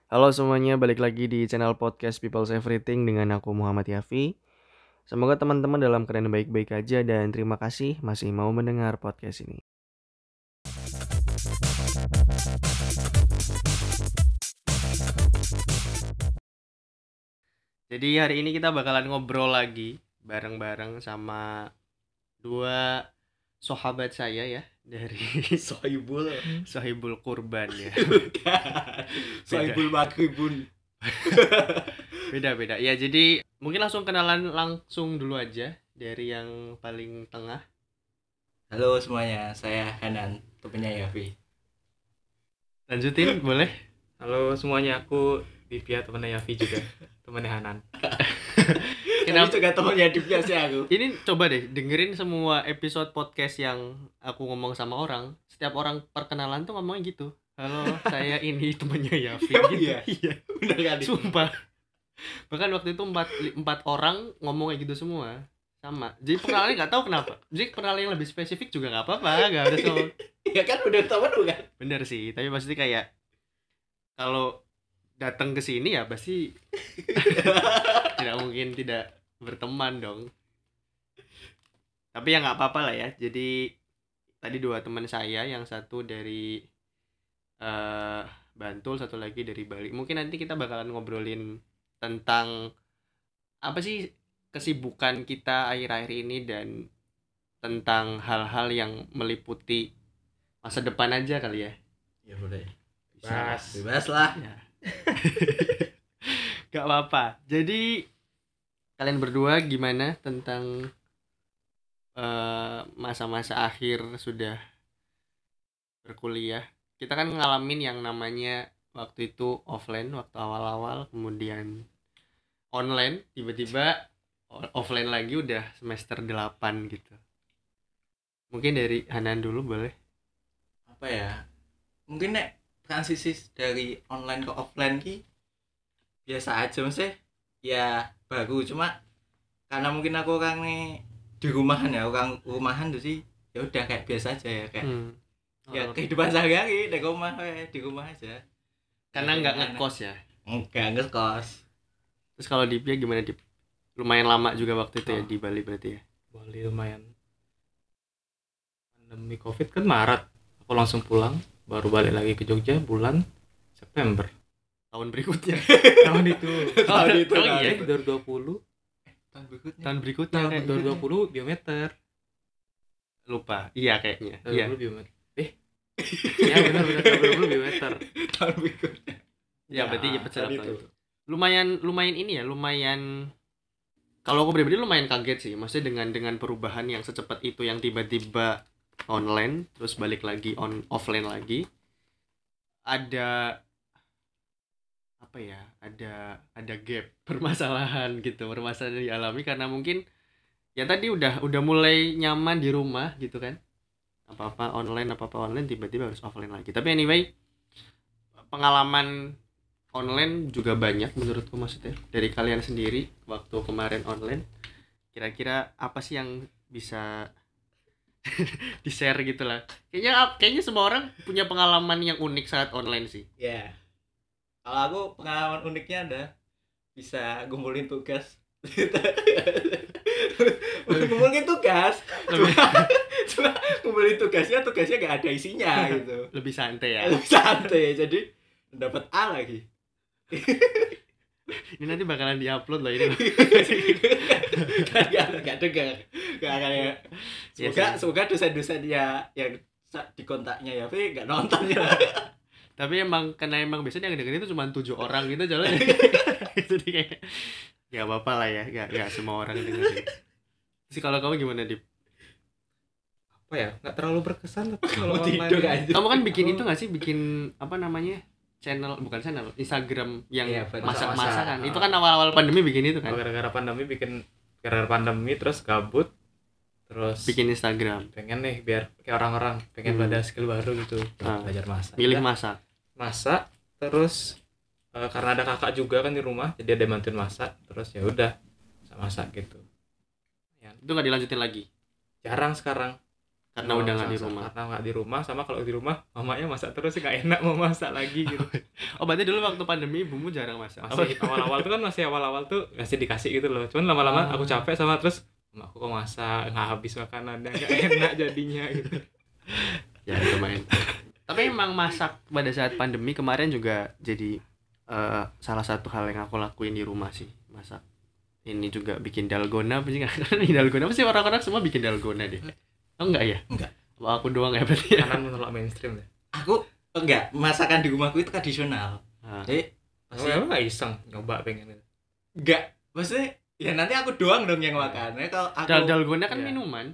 Halo semuanya, balik lagi di channel podcast People's Everything dengan aku Muhammad Yafi. Semoga teman-teman dalam keadaan baik-baik aja dan terima kasih masih mau mendengar podcast ini. Jadi hari ini kita bakalan ngobrol lagi bareng-bareng sama dua sahabat saya ya dari Sohibul Kurban ya. Sohibul Magribun. Beda-beda. Ya jadi mungkin langsung kenalan langsung dulu aja dari yang paling tengah. Halo semuanya, saya Hanan, temennya Yafi. Lanjutin boleh? Halo semuanya, aku Divya, temennya Yafi juga, temennya Hanan. Kenapa juga temennya Divya sih aku? Ini coba deh dengerin semua episode podcast yang aku ngomong sama orang. Setiap orang perkenalan tuh ngomongnya gitu. Halo, saya ini temennya Yafi. Oh, Gitu. iya? Iya. Bener kan? Sumpah. Bahkan waktu itu empat orang ngomong kayak gitu semua. Sama. Jadi pengenalannya nggak tahu kenapa. Jadi pengenalan yang lebih spesifik juga nggak apa-apa. Nggak harus ngomong. Iya kan udah temen kan? Bener sih. Tapi pasti kayak kalau datang ke sini ya pasti tidak mungkin tidak berteman dong. Tapi ya nggak apa-apa lah ya. Jadi tadi dua teman saya, yang satu dari Bantul, satu lagi dari Bali. Mungkin nanti kita bakalan ngobrolin tentang apa sih kesibukan kita akhir-akhir ini dan tentang hal-hal yang meliputi masa depan aja kali ya. Ya boleh. Bebas. Bebas lah. Ya. Gak apa-apa. Jadi kalian berdua gimana tentang masa-masa akhir sudah berkuliah? Kita kan ngalamin yang namanya waktu itu offline waktu awal-awal, kemudian online, tiba-tiba offline lagi udah semester 8 gitu. Mungkin dari Hanan dulu boleh? Apa ya? Mungkin nek transisi dari online ke offline ki biasa aja maksudnya. Ya baru cuma karena mungkin aku orang nih di rumahan ya, orang rumahan tuh sih ya udah kayak biasa aja ya kayak ya kehidupan sehari-hari di rumah aja. Karena Ya, nggak gimana? ngekos ya. Enggak ngekos. Terus kalau Dipya gimana Dip? Lumayan lama juga waktu itu ya Oh. di Bali berarti ya. Bali lumayan. Pandemi Covid kan Maret, aku langsung pulang, baru balik lagi ke Jogja bulan September. Tahun berikutnya. Tahun itu. Tahun itu, Oh tahun iya. itu. 2020. Tahun berikutnya. Tahun berikutnya Tahun kan. 2020 biometer. Lupa. Iya kayaknya. Iya. 2020 biometer. Ya benar 2020 biometer. Tahun berikutnya. Ya berarti ya tahun tahun itu. itu. Lumayan ini ya, lumayan, kalau aku pribadi lumayan kaget sih, maksudnya dengan perubahan yang secepat itu, yang tiba-tiba online terus balik lagi offline lagi. Ada apa ya? Ada gap permasalahan gitu, permasalahan yang dialami karena mungkin ya tadi udah mulai nyaman di rumah gitu kan. Apa-apa online tiba-tiba harus offline lagi. Tapi anyway, pengalaman online juga banyak menurutku, maksudnya dari kalian sendiri waktu kemarin online, kira-kira apa sih yang bisa di share gitu lah. Kayaknya semua orang punya pengalaman yang unik saat online sih. Ya. Kalau aku pengalaman uniknya ada bisa ngumpulin tugas. Ngumpulin tugas. Cuma ngumpulin tugasnya gak ada isinya gitu. Lebih santai ya. Lebih santai jadi dapat A lagi. Ini nanti bakalan diupload loh ini. Gak dengar. Gak akan ya. Semoga dosen-dosen ya yang di kontaknya ya, tapi gak nonton ya. Tapi emang biasanya yang dengerin itu cuma 7 orang gitu jalan. Jadi kayak ya apa-apa lah ya, gak semua orang dengerin. Terus kalau kamu gimana Dip? Apa ya? Enggak terlalu berkesan tapi kalau Tidur online. aja. Kamu kan bikin itu nggak sih, bikin apa namanya, bukan channel, Instagram yang Iya, betul. masak-masak kan. Masak. Itu kan awal-awal pandemi bikin itu kan. Gara-gara pandemi terus gabut, terus Bikin Instagram, pengen nih biar kayak orang-orang pengen belajar skill baru gitu, belajar masak. milih Ya, masak. terus karena ada kakak juga kan di rumah, jadi ada yang bantuin masak, terus ya udah masak gitu. Ya, Itu nggak dilanjutin lagi jarang sekarang karena udah nggak di Sama-sama, rumah. karena nggak di rumah, sama kalau di rumah mamanya masak terus nggak enak mau masak lagi gitu. Oh, berarti dulu waktu pandemi ibumu jarang masak. Masih awal-awal tuh kan masih dikasih gitu loh. Cuman lama-lama aku capek sama terus aku kok masak nggak habis makanannya nggak enak jadinya gitu. Ya lumayan. Tapi emang masak pada saat pandemi kemarin juga jadi salah satu hal yang aku lakuin di rumah sih, masak. Ini juga bikin dalgona apa sih nggak? Dalgona apa sih, orang-orang semua bikin dalgona deh. Oh enggak ya? Enggak. Oh, aku doang ya berarti. Karena menolak mainstream deh. Aku enggak, masakan di rumahku itu tradisional. Jadi Emang nggak iseng nyoba pengen itu. enggak, maksudnya ya nanti aku doang dong yang makan. Ya, kalau aku Dalgona kan Iya. minuman.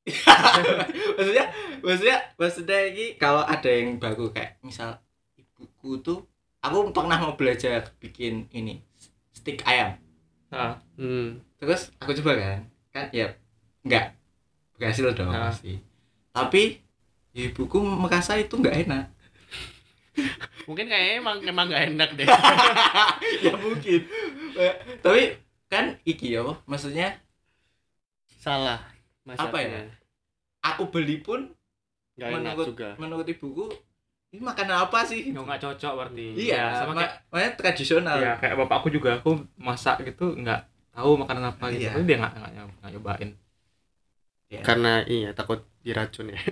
maksudnya ini kalau ada yang baru kayak misal ibuku tuh, aku pernah mau belajar bikin ini stik ayam. Nah, Terus aku coba kan ya enggak berhasil dong Nah. pasti. Tapi ibuku merasa itu enggak enak. Mungkin kayak emang nggak enak deh. Ya mungkin. Tapi kan iki ya, maksudnya Salah masaknya. Apa ya? Aku beli pun Nggak enak juga. menurut ibuku ini makanan apa sih? nggak cocok berarti. Iya, sama kayak makanya tradisional. ya kayak bapakku juga, aku masak gitu nggak tahu makanan apa gitu. Iya. Tapi dia nggak nyobain. Ya. Karena iya takut diracun ya.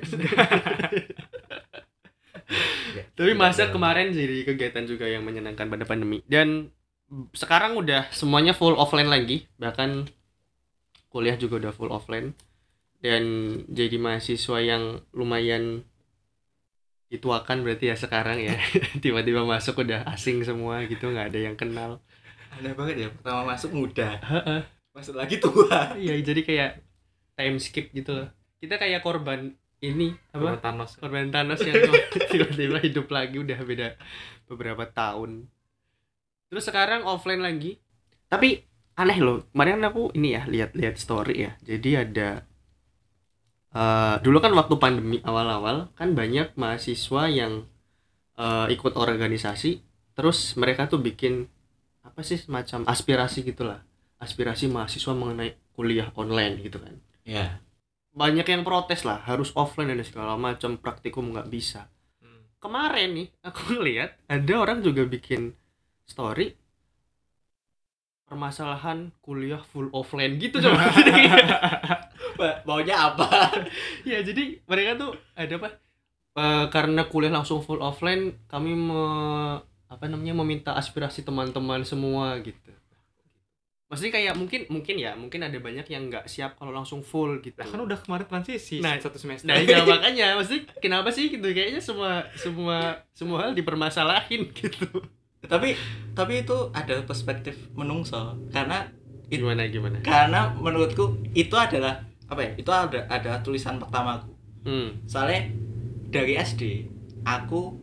Ya. Tapi Tidak masak ada. kemarin jadi kegiatan juga yang menyenangkan pada pandemi. Dan sekarang udah semuanya full offline lagi. Bahkan kuliah juga udah full offline. Dan jadi mahasiswa yang lumayan dituakan berarti ya sekarang ya. Tiba-tiba masuk udah asing semua gitu, nggak ada yang kenal. Aneh banget ya, pertama masuk muda, Heeh. masuk lagi tua. Iya, jadi kayak time skip gitu loh. Kita kayak korban ini Sama apa? Thanos. Korban Thanos yang tiba-tiba hidup lagi udah beda beberapa tahun. Terus sekarang offline lagi. Tapi aneh loh, kemarin aku ini ya lihat story ya. Jadi ada dulu kan waktu pandemi awal-awal kan banyak mahasiswa yang ikut organisasi, terus mereka tuh bikin apa sih semacam aspirasi gitulah. Aspirasi mahasiswa mengenai kuliah online gitu kan. Ya. Banyak yang protes lah, harus offline dan segala macam, praktikum nggak bisa. Kemarin nih aku lihat ada orang juga bikin story permasalahan kuliah full offline gitu coba. Maunya apa? Ya jadi mereka tuh ada apa? Karena kuliah langsung full offline, kami meminta aspirasi teman-teman semua gitu. Maksudnya kayak mungkin ada banyak yang nggak siap kalau langsung full gitu. Lah kan udah kemarin transisi Nah, satu semester. Nah iya makanya maksudnya kenapa sih gitu, kayaknya semua hal dipermasalahin gitu. Tapi itu ada perspektif menungso karena Gimana? karena menurutku itu adalah apa ya? Itu ada tulisan pertamaku. Soalnya dari SD aku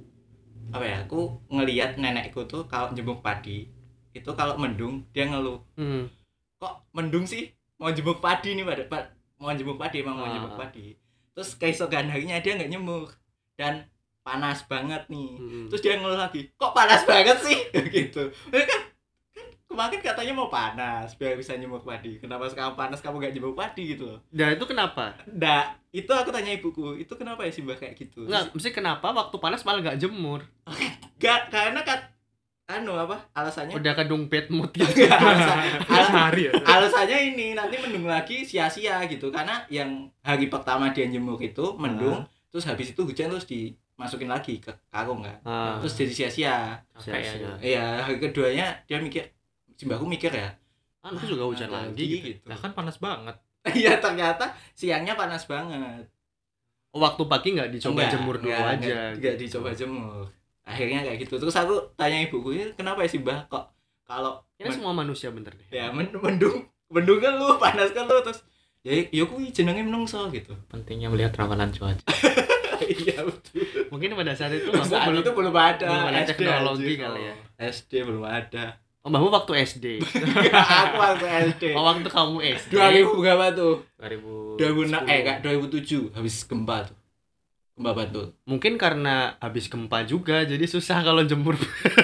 ngelihat nenekku tuh kalau jemur padi itu kalau mendung dia ngeluh. Kok mendung sih? Mau jemur padi nih mau jemur padi. Terus keesokan harinya dia nggak nyemur dan panas banget nih. Terus dia ngeluh lagi, kok panas banget sih? Gitu. Kan kemarin katanya mau panas biar bisa nyemur padi. Kenapa sekarang panas kamu nggak nyemur padi gitu loh? Nah itu kenapa? Nah itu aku tanya ibuku, itu kenapa ya sih mbak kayak gitu? Nggak, mesti kenapa waktu panas malah nggak jemur? Karena alasannya Udah kedung bad mood gitu. Sehari ya. alasannya ini nanti mendung lagi sia-sia gitu, karena yang hari pertama dia jemur itu mendung, terus habis itu hujan terus dimasukin lagi ke karung kan, terus jadi sia-sia. Sia-sia. Iya, hari keduanya dia Mbakku mikir ya, Itu juga hujan lagi gitu. Lah kan panas banget. Iya ternyata siangnya panas banget. Waktu pagi nggak dicoba jemur dulu aja. Nggak dicoba jemur. Akhirnya kayak gitu. Terus aku tanya ibuku, ini kenapa ya sih mbak kok kalau Ini semua manusia bener deh. ya mendung kan lu, panas kan lu, terus ya kuwi jenenge menungso gitu. Pentingnya melihat ramalan cuaca. Iya betul. Mungkin pada saat itu Saat itu belum ada belum ada SD teknologi aja. kali ya. SD belum ada. Oh, mbahmu waktu SD. Aku waktu SD. Oh, waktu kamu SD. 2000 berapa tuh? 2006. 2007 habis gempa tuh. Gempa Bantul. Mungkin karena habis gempa juga jadi susah kalau jemur.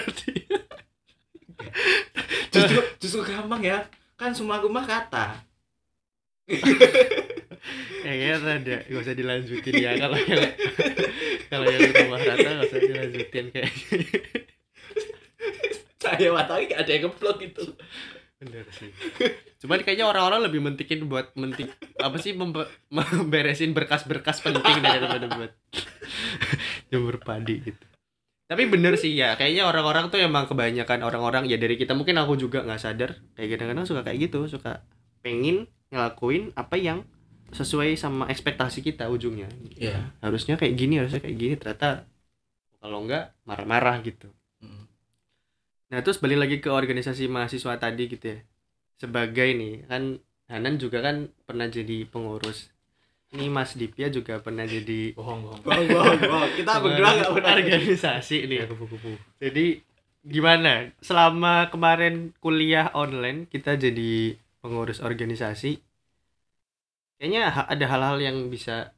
Justru gampang ya. Kan semua rumah rata. Kayaknya rada gak usah dilanjutin ya kalau yang rumah rata gak usah dilanjutin kayaknya. cahaya matahari nggak ada yang ngeblok itu. Bener sih. Cuman kayaknya orang-orang lebih mentikin buat apa sih memberesin berkas-berkas penting daripada buat jemur padi gitu. Tapi bener sih ya, kayaknya orang-orang tuh emang kebanyakan orang-orang ya dari kita mungkin aku juga nggak sadar kayak kadang-kadang suka kayak gitu, suka pengen ngelakuin apa yang sesuai sama ekspektasi kita ujungnya. Iya. Harusnya kayak gini, ternyata kalau enggak marah-marah gitu. Nah, terus balik lagi ke organisasi mahasiswa tadi gitu ya. Sebagai nih, kan Hanan juga kan pernah jadi pengurus. Ini Mas Dipya juga pernah jadi Bohong. Wow. Kita berdua nggak pernah organisasi nih. Ya, kupu-kupu. Jadi gimana? Selama kemarin kuliah online, kita jadi pengurus organisasi. Kayaknya ada hal-hal yang bisa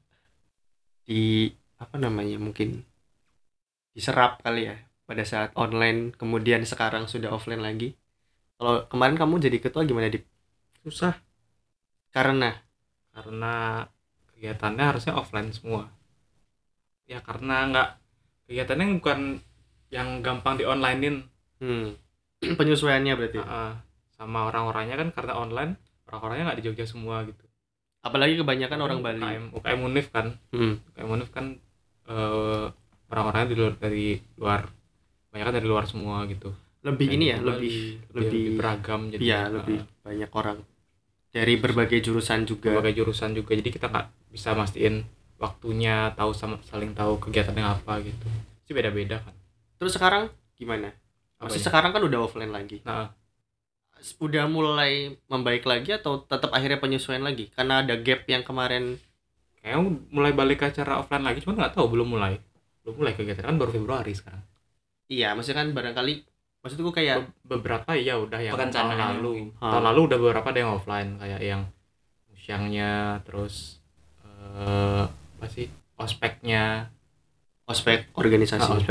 mungkin diserap kali ya pada saat online, kemudian sekarang sudah offline lagi. Kalau kemarin kamu jadi ketua gimana, Dip? Susah Karena kegiatannya harusnya offline semua. Ya karena kegiatannya bukan yang gampang di onlinein. Penyesuaiannya berarti. Sama orang-orangnya kan karena online, orang-orangnya nggak di Jogja semua gitu. Apalagi kebanyakan orang Bali. UKM Unif kan. UKM Unif kan orang-orangnya dari luar. Banyak kan dari luar semua gitu. Lebih ini ya, lebih beragam jadi. Iya, lebih banyak orang dari berbagai jurusan juga. Jadi kita nggak bisa mastiin waktunya, saling tahu kegiatannya apa gitu. Itu beda-beda kan. Terus sekarang gimana? Masih sekarang kan udah offline lagi. Nah, udah mulai membaik lagi atau tetap akhirnya penyesuaian lagi? Karena ada gap yang kemarin. kayaknya mulai balik ke acara offline lagi, cuma nggak tahu belum mulai kegiatan kan baru Februari sekarang. Iya, maksudnya kan barangkali maksudku kayak beberapa ya udah yang tahun lalu udah beberapa ada yang offline kayak yang musyangnya, terus apa sih ospek organisasi.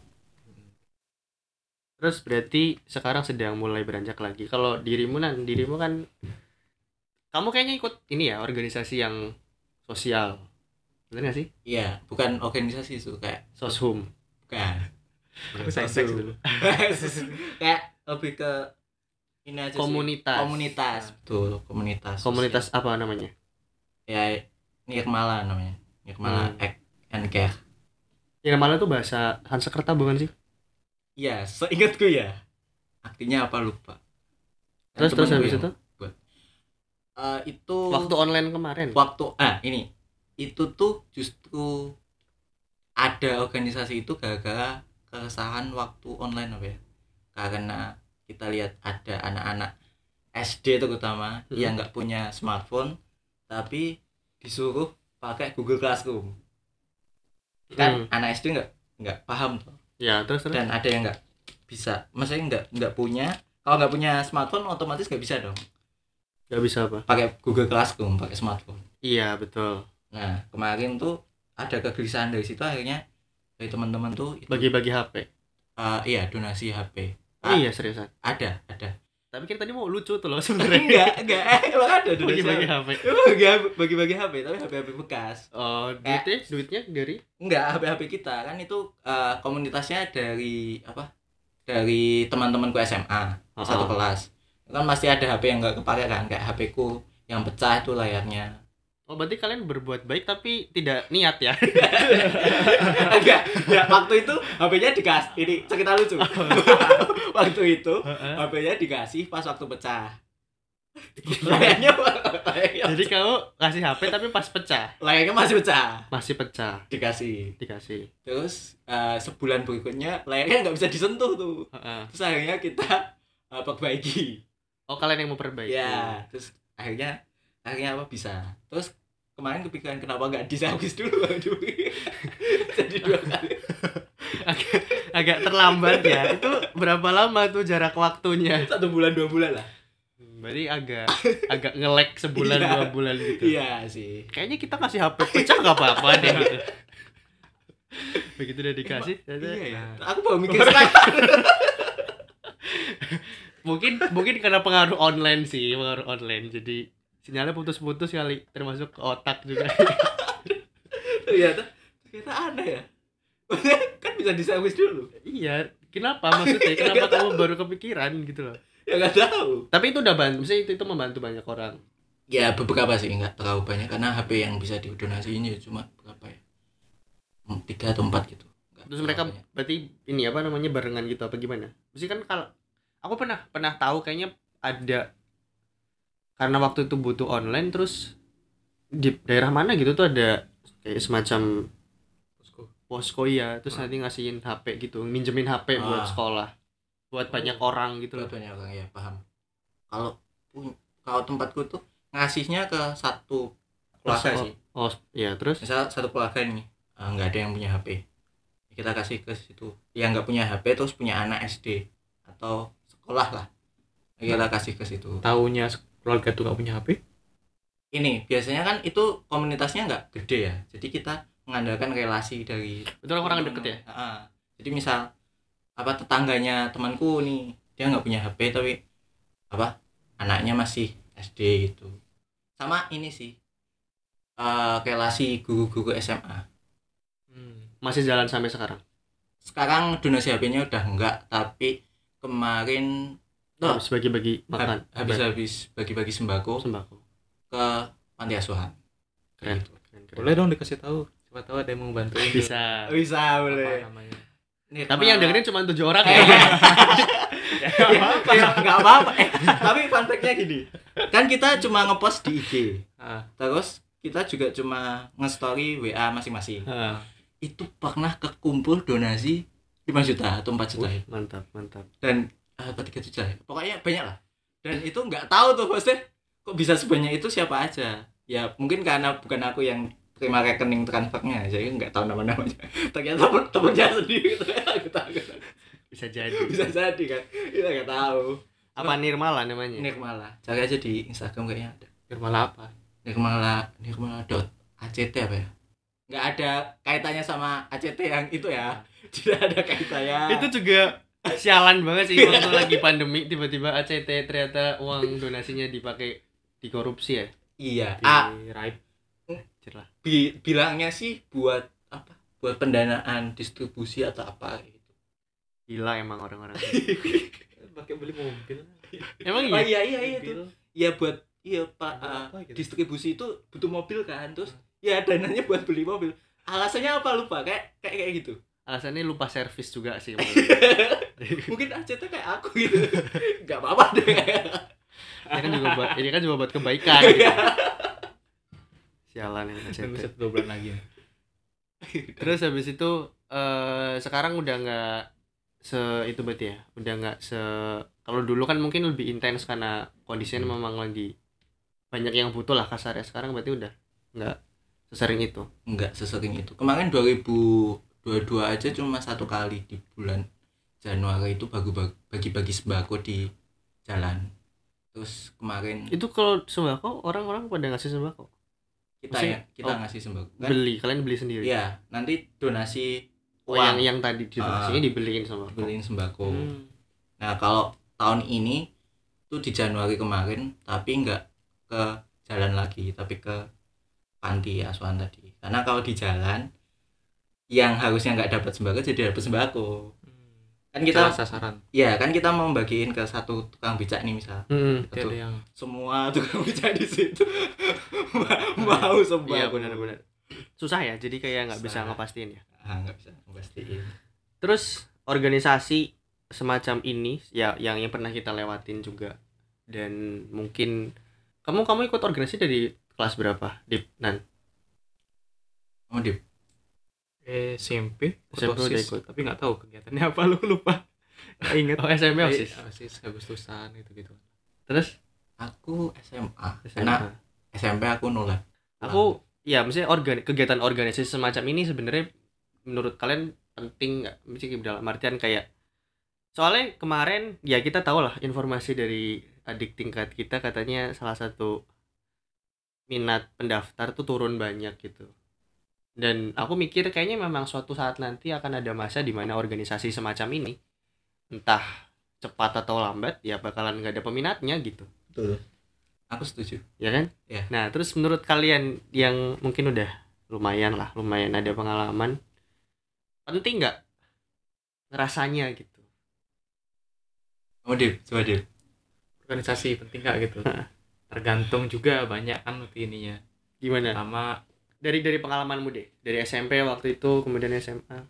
Terus berarti sekarang sedang mulai beranjak lagi. Kalau dirimu kan kamu kayaknya ikut ini ya, organisasi yang sosial. Benar nggak sih? Iya, bukan organisasi itu kayak Soshum. bukan. Seks dulu. Kayak lebih ke ini aja Komunitas. Betul, komunitas. Komunitas apa namanya? Ya, Nirmala namanya. Nirmala Act and Care. Nirmala tuh bahasa Sanskerta bukan sih? Iya, seingatku ya. Artinya apa lupa. Terus habis itu? Itu waktu online kemarin. Ini. Itu tuh justru ada organisasi itu gara-gara keresahan waktu online apa ya. Karena kita lihat ada anak-anak SD terutama yang nggak punya smartphone tapi disuruh pakai Google Classroom. Kan anak SD nggak paham tuh. Ya, terus dan ada yang nggak bisa, maksudnya nggak punya, kalau nggak punya smartphone otomatis nggak bisa dong. Nggak bisa apa? Pakai Google Classroom, pakai smartphone. Iya, betul. Nah, kemarin tuh ada kegelisahan dari situ, akhirnya dari teman-teman tuh itu, bagi-bagi HP. Iya, donasi HP. Iya, seriusan. Ada. Tapi kita tadi mau lucu tuh loh sebenarnya. Enggak, emang ada donasi bagi-bagi HP. Bagi-bagi HP, tapi HP bekas. Oh, duitnya dari? Enggak, HP kita kan itu komunitasnya dari apa? Dari teman-temanku SMA satu kelas. Kan pasti ada HP yang enggak kepake kan, kayak HP ku yang pecah itu layarnya. Oh, berarti kalian berbuat baik tapi tidak niat ya? Enggak, ya waktu itu HP-nya dikasih. Ini cerita lucu. Waktu itu HP-nya dikasih pas waktu pecah. Layarnya jadi kamu kasih HP tapi pas pecah. Layarnya masih pecah. Dikasih. Terus sebulan berikutnya layarnya nggak bisa disentuh tuh. Terus akhirnya kita perbaiki. Oh, kalian yang memperbaiki. Ya, terus akhirnya apa bisa. Terus kemarin kepikiran kenapa nggak diservis dulu jadi 2 kali. agak terlambat ya. Itu berapa lama tuh jarak waktunya? 1 bulan 2 bulan lah. Berarti agak nge-lag sebulan 2 bulan gitu. Iya sih. Kayaknya kita kasih HP pecah nggak apa-apa deh gitu. Begitu udah dikasih. Iya ya. Aku baru mikir sekarang. mungkin karena pengaruh online. Jadi sinyalnya putus-putus kali, termasuk ke otak juga. Ternyata aneh ya. Kan bisa diservis dulu. Iya, Kenapa maksudnya? Kenapa kamu baru kepikiran gitu loh? Ya nggak tahu. Tapi itu udah bantu, maksudnya itu membantu banyak orang. Ya beberapa sih, nggak terlalu banyak karena HP yang bisa didonasiin ya cuma berapa ya, 3 atau 4 gitu. Nggak Terus terlalu mereka banyak. berarti ini apa namanya barengan gitu apa gimana? Mesti kan kalau aku pernah tahu kayaknya ada, karena waktu itu butuh online, terus di daerah mana gitu tuh ada kayak semacam Bosku. posko ya, terus nanti ngasihin HP gitu, minjemin HP buat Ah. sekolah, buat banyak orang gitu loh. Buat banyak orang ya, paham. Kalau tempatku tuh ngasihnya ke satu keluarga sih. Oh ya, terus Misal satu keluarga nih nggak ada yang punya HP, kita kasih ke situ yang nggak punya HP terus punya anak SD atau sekolah lah, kita kasih ke situ. Taunya keluarga tuh nggak punya HP. Ini biasanya kan itu komunitasnya nggak gede ya, jadi kita mengandalkan relasi dari itu orang deket ya. Jadi misal apa tetangganya temanku nih, dia nggak punya HP tapi apa anaknya masih SD gitu. Sama ini sih relasi guru-guru SMA. Masih jalan sampai sekarang. Sekarang donasi HP-nya udah enggak, tapi kemarin Habis bagi-bagi makan, habis bagi-bagi sembako sembako. ke panti asuhan. Keren. Gitu. Boleh dong dikasih tahu. Siapa tahu ada yang mau bantuin. Bisa. Bisa Apa namanya? Tapi yang dengerin cuma 7 orang ya. Enggak apa-apa. Tapi fun fact-nya gini. Kan kita cuma ngepost di IG. Terus kita juga cuma nge-story WA masing-masing. Itu pernah kekumpul donasi 5 juta atau 4 juta. Mantap. Dan apa 3 juta ya? Pokoknya banyak lah. Dan itu nggak tahu tuh maksudnya kok bisa sebanyak itu, siapa aja. Ya mungkin karena bukan aku yang terima rekening transfernya, jadi nggak tahu nama-namanya. Ternyata temennya sendiri gitu. Bisa jadi. Bisa jadi kan, kita nggak tahu. Apa Nirmala namanya? Nirmala, cari aja di Instagram kayaknya ada. Nirmala apa? Nirmala.act apa ya? Nggak ada kaitannya sama ACT yang itu ya. Tidak ada kaitannya. Itu juga sialan banget sih waktu lagi pandemi, tiba-tiba ACT ternyata uang donasinya dipakai dikorupsi ya. Iya. Di Raib. Cerlah. Bilangnya sih buat apa? Buat pendanaan distribusi atau apa gitu. Gila emang orang-orang. Pakai beli mobil. Emang Oh iya? iya itu. Iya buat Pak Apa gitu? distribusi itu butuh mobil kan, terus ya dananya buat beli mobil. Alasannya apa lupa, kayak gitu. Alasannya lupa servis juga sih. Mungkin ACT kayak aku gitu. Enggak apa-apa deh. Ini kan juga buat kebaikan gitu. Sialan yang Dan bisa ACT. 2 bulan lagi. Terus habis itu sekarang udah nggak itu berarti ya, udah nggak kalau dulu kan mungkin lebih intens karena kondisinya memang lagi banyak yang butuh lah kasarnya. Sekarang berarti udah nggak sesering itu. Enggak sesering itu. Kemarin 2022 aja cuma 1 kali di bulan Januari itu bagi-bagi sembako di jalan. Terus kemarin Itu kalau sembako orang-orang pada ngasih sembako. kita oh, ngasih sembako. Kan? Kalian beli sendiri. Iya, nanti donasi Oh, yang tadi donasinya dibeliin sembako. beliin sembako. Nah, kalau tahun ini tuh di Januari kemarin tapi enggak ke jalan lagi, tapi ke panti asuhan tadi. Karena kalau di jalan yang harusnya nggak dapat sembako jadi dapat sembako. Kan kita Salah sasaran. ya kan kita mau bagiin ke satu tukang becak nih misal. Itu ada yang Semua tukang becak di situ mau sembako. Iya benar-benar. Susah ya, jadi kayak nggak bisa Susah. ngepastiin ya. Nggak bisa pastiin. Terus organisasi semacam ini ya yang pernah kita lewatin juga, dan mungkin kamu ikut organisasi dari kelas berapa, Dip? Oh, Dip. SMP SMP udah OSIS, ikut. tapi nggak tahu kegiatannya apa, lu lupa. Nggak inget. Oh, SMP OSIS. OSIS Agustusan gitu. Terus Aku SMA. SMA. Karena SMP aku nolak. Aku ya maksudnya kegiatan organisasi semacam ini sebenarnya menurut kalian penting nggak? Mesti dalam artian kayak, soalnya kemarin ya kita tahu lah informasi dari adik tingkat kita, katanya salah satu minat pendaftar tuh turun banyak gitu. Dan aku mikir kayaknya memang suatu saat nanti akan ada masa di mana organisasi semacam ini, entah cepat atau lambat, ya bakalan nggak ada peminatnya gitu. Betul. Aku setuju. Ya kan? Ya. Nah, terus menurut kalian yang mungkin udah lumayan ada pengalaman, penting nggak ngerasanya gitu? Oh, Dip, coba Dip. Organisasi penting nggak gitu? Tergantung juga banyak kan nanti ininya. Gimana? Pertama Dari pengalamanmu deh. Dari SMP waktu itu kemudian SMA.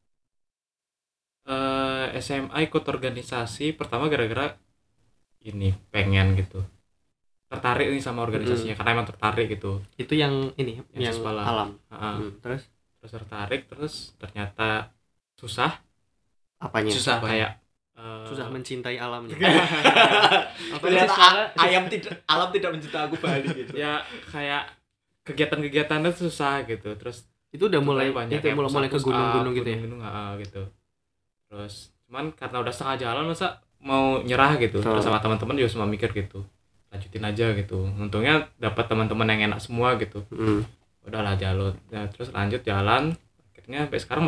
SMA ikut organisasi pertama gara-gara ini pengen gitu. Tertarik nih sama organisasinya karena emang tertarik gitu. Itu yang ini yang Siswala. alam. Terus Terus tertarik terus ternyata susah apanya? Susah Pak. kayak Susah mencintai alamnya. apa Ternyata sih, alam tidak mencintai aku balik gitu. ya kayak kegiatan-kegiatannya susah gitu. Terus Itu udah mulai banyak itu kayak mulai ke push up, gunung-gunung gitu ya. gunung-gunung, gitu. Terus cuman karena udah setengah jalan masa mau nyerah gitu. Betul. Terus sama teman-teman juga semua mikir gitu, lanjutin aja gitu. Untungnya dapat teman-teman yang enak semua gitu. Udahlah jalan. Nah, terus lanjut jalan. Akhirnya sampai sekarang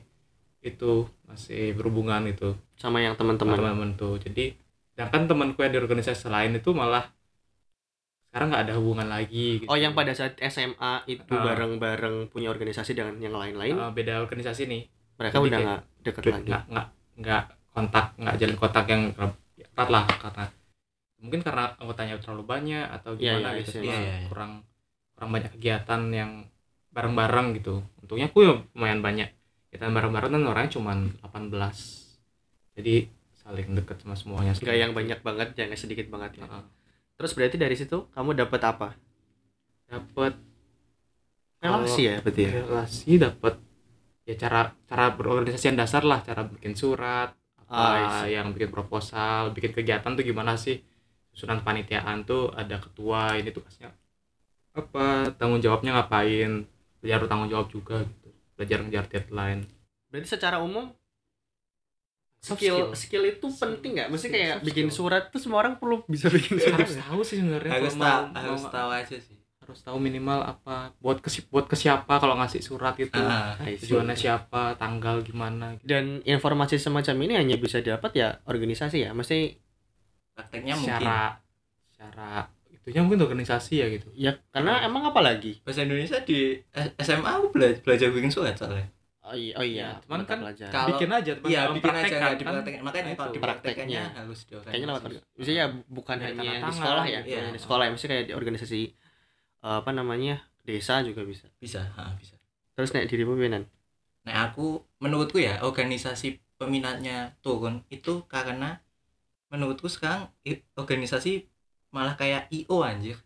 masih berhubungan itu Sama yang sama teman-teman. teman-teman tuh. Jadi sedangkan temanku yang di organisasi lain itu malah sekarang nggak ada hubungan lagi gitu. Oh, yang pada saat SMA itu bareng-bareng punya organisasi dengan yang lain-lain, beda organisasi nih. mereka Jadi udah kayak nggak deket lagi. nggak kontak, nggak jalin kontak yang erat lah karena mungkin karena anggotanya terlalu banyak atau Iya, gimana iya, gitu. iya, iya. kurang banyak kegiatan yang bareng-bareng gitu. Untungnya aku ya lumayan banyak kegiatan bareng-bareng dan orangnya cuma 18, jadi saling deket sama semuanya. Nggak yang banyak banget, ya nggak sedikit banget ya. Heeh. Terus berarti dari situ kamu dapat apa? Dapat Relasi ya berarti ya. relasi, dapat ya cara berorganisasi yang dasar lah, cara bikin surat apa yang bikin proposal, bikin kegiatan tuh gimana sih, susunan panitiaan tuh ada ketua, ini tugasnya apa, tanggung jawabnya ngapain, belajar tanggung jawab juga gitu, belajar ngejar deadline. Berarti secara umum Soft skill itu penting nggak? Mesti kayak Soft bikin skill. surat tuh semua orang perlu bisa bikin surat. Harus tahu sih sebenarnya, Harus kalau harus tahu aja sih. harus tahu minimal apa, buat ke siapa kalau ngasih surat itu, tujuannya siapa, tanggal gimana gitu. Dan informasi semacam ini hanya bisa dapat ya organisasi ya. Mesti Prakteknya mungkin secara itunya mungkin organisasi ya gitu. ya karena emang apa lagi? bahasa Indonesia di SMA aku belajar bikin surat soalnya. Oh iya, Ya, cuman mata kan pelajaran. Kalau- bikin aja teman, Iya, kalau bikin aja praktekkan nggak kan, dipraktekin. Makanya itu kalau dipraktekannya harus diorganisasi. Kayaknya lewat bisa ya bukan Dari hanya tanda di tangan, sekolah ya. iya. Di sekolah ya, mesti kayak di organisasi apa namanya? Desa juga bisa. Bisa, bisa. Terus naik dirimu pinan. Nah, menurutku ya organisasi peminatnya turun itu karena menurutku sekarang organisasi malah kayak IO anjir.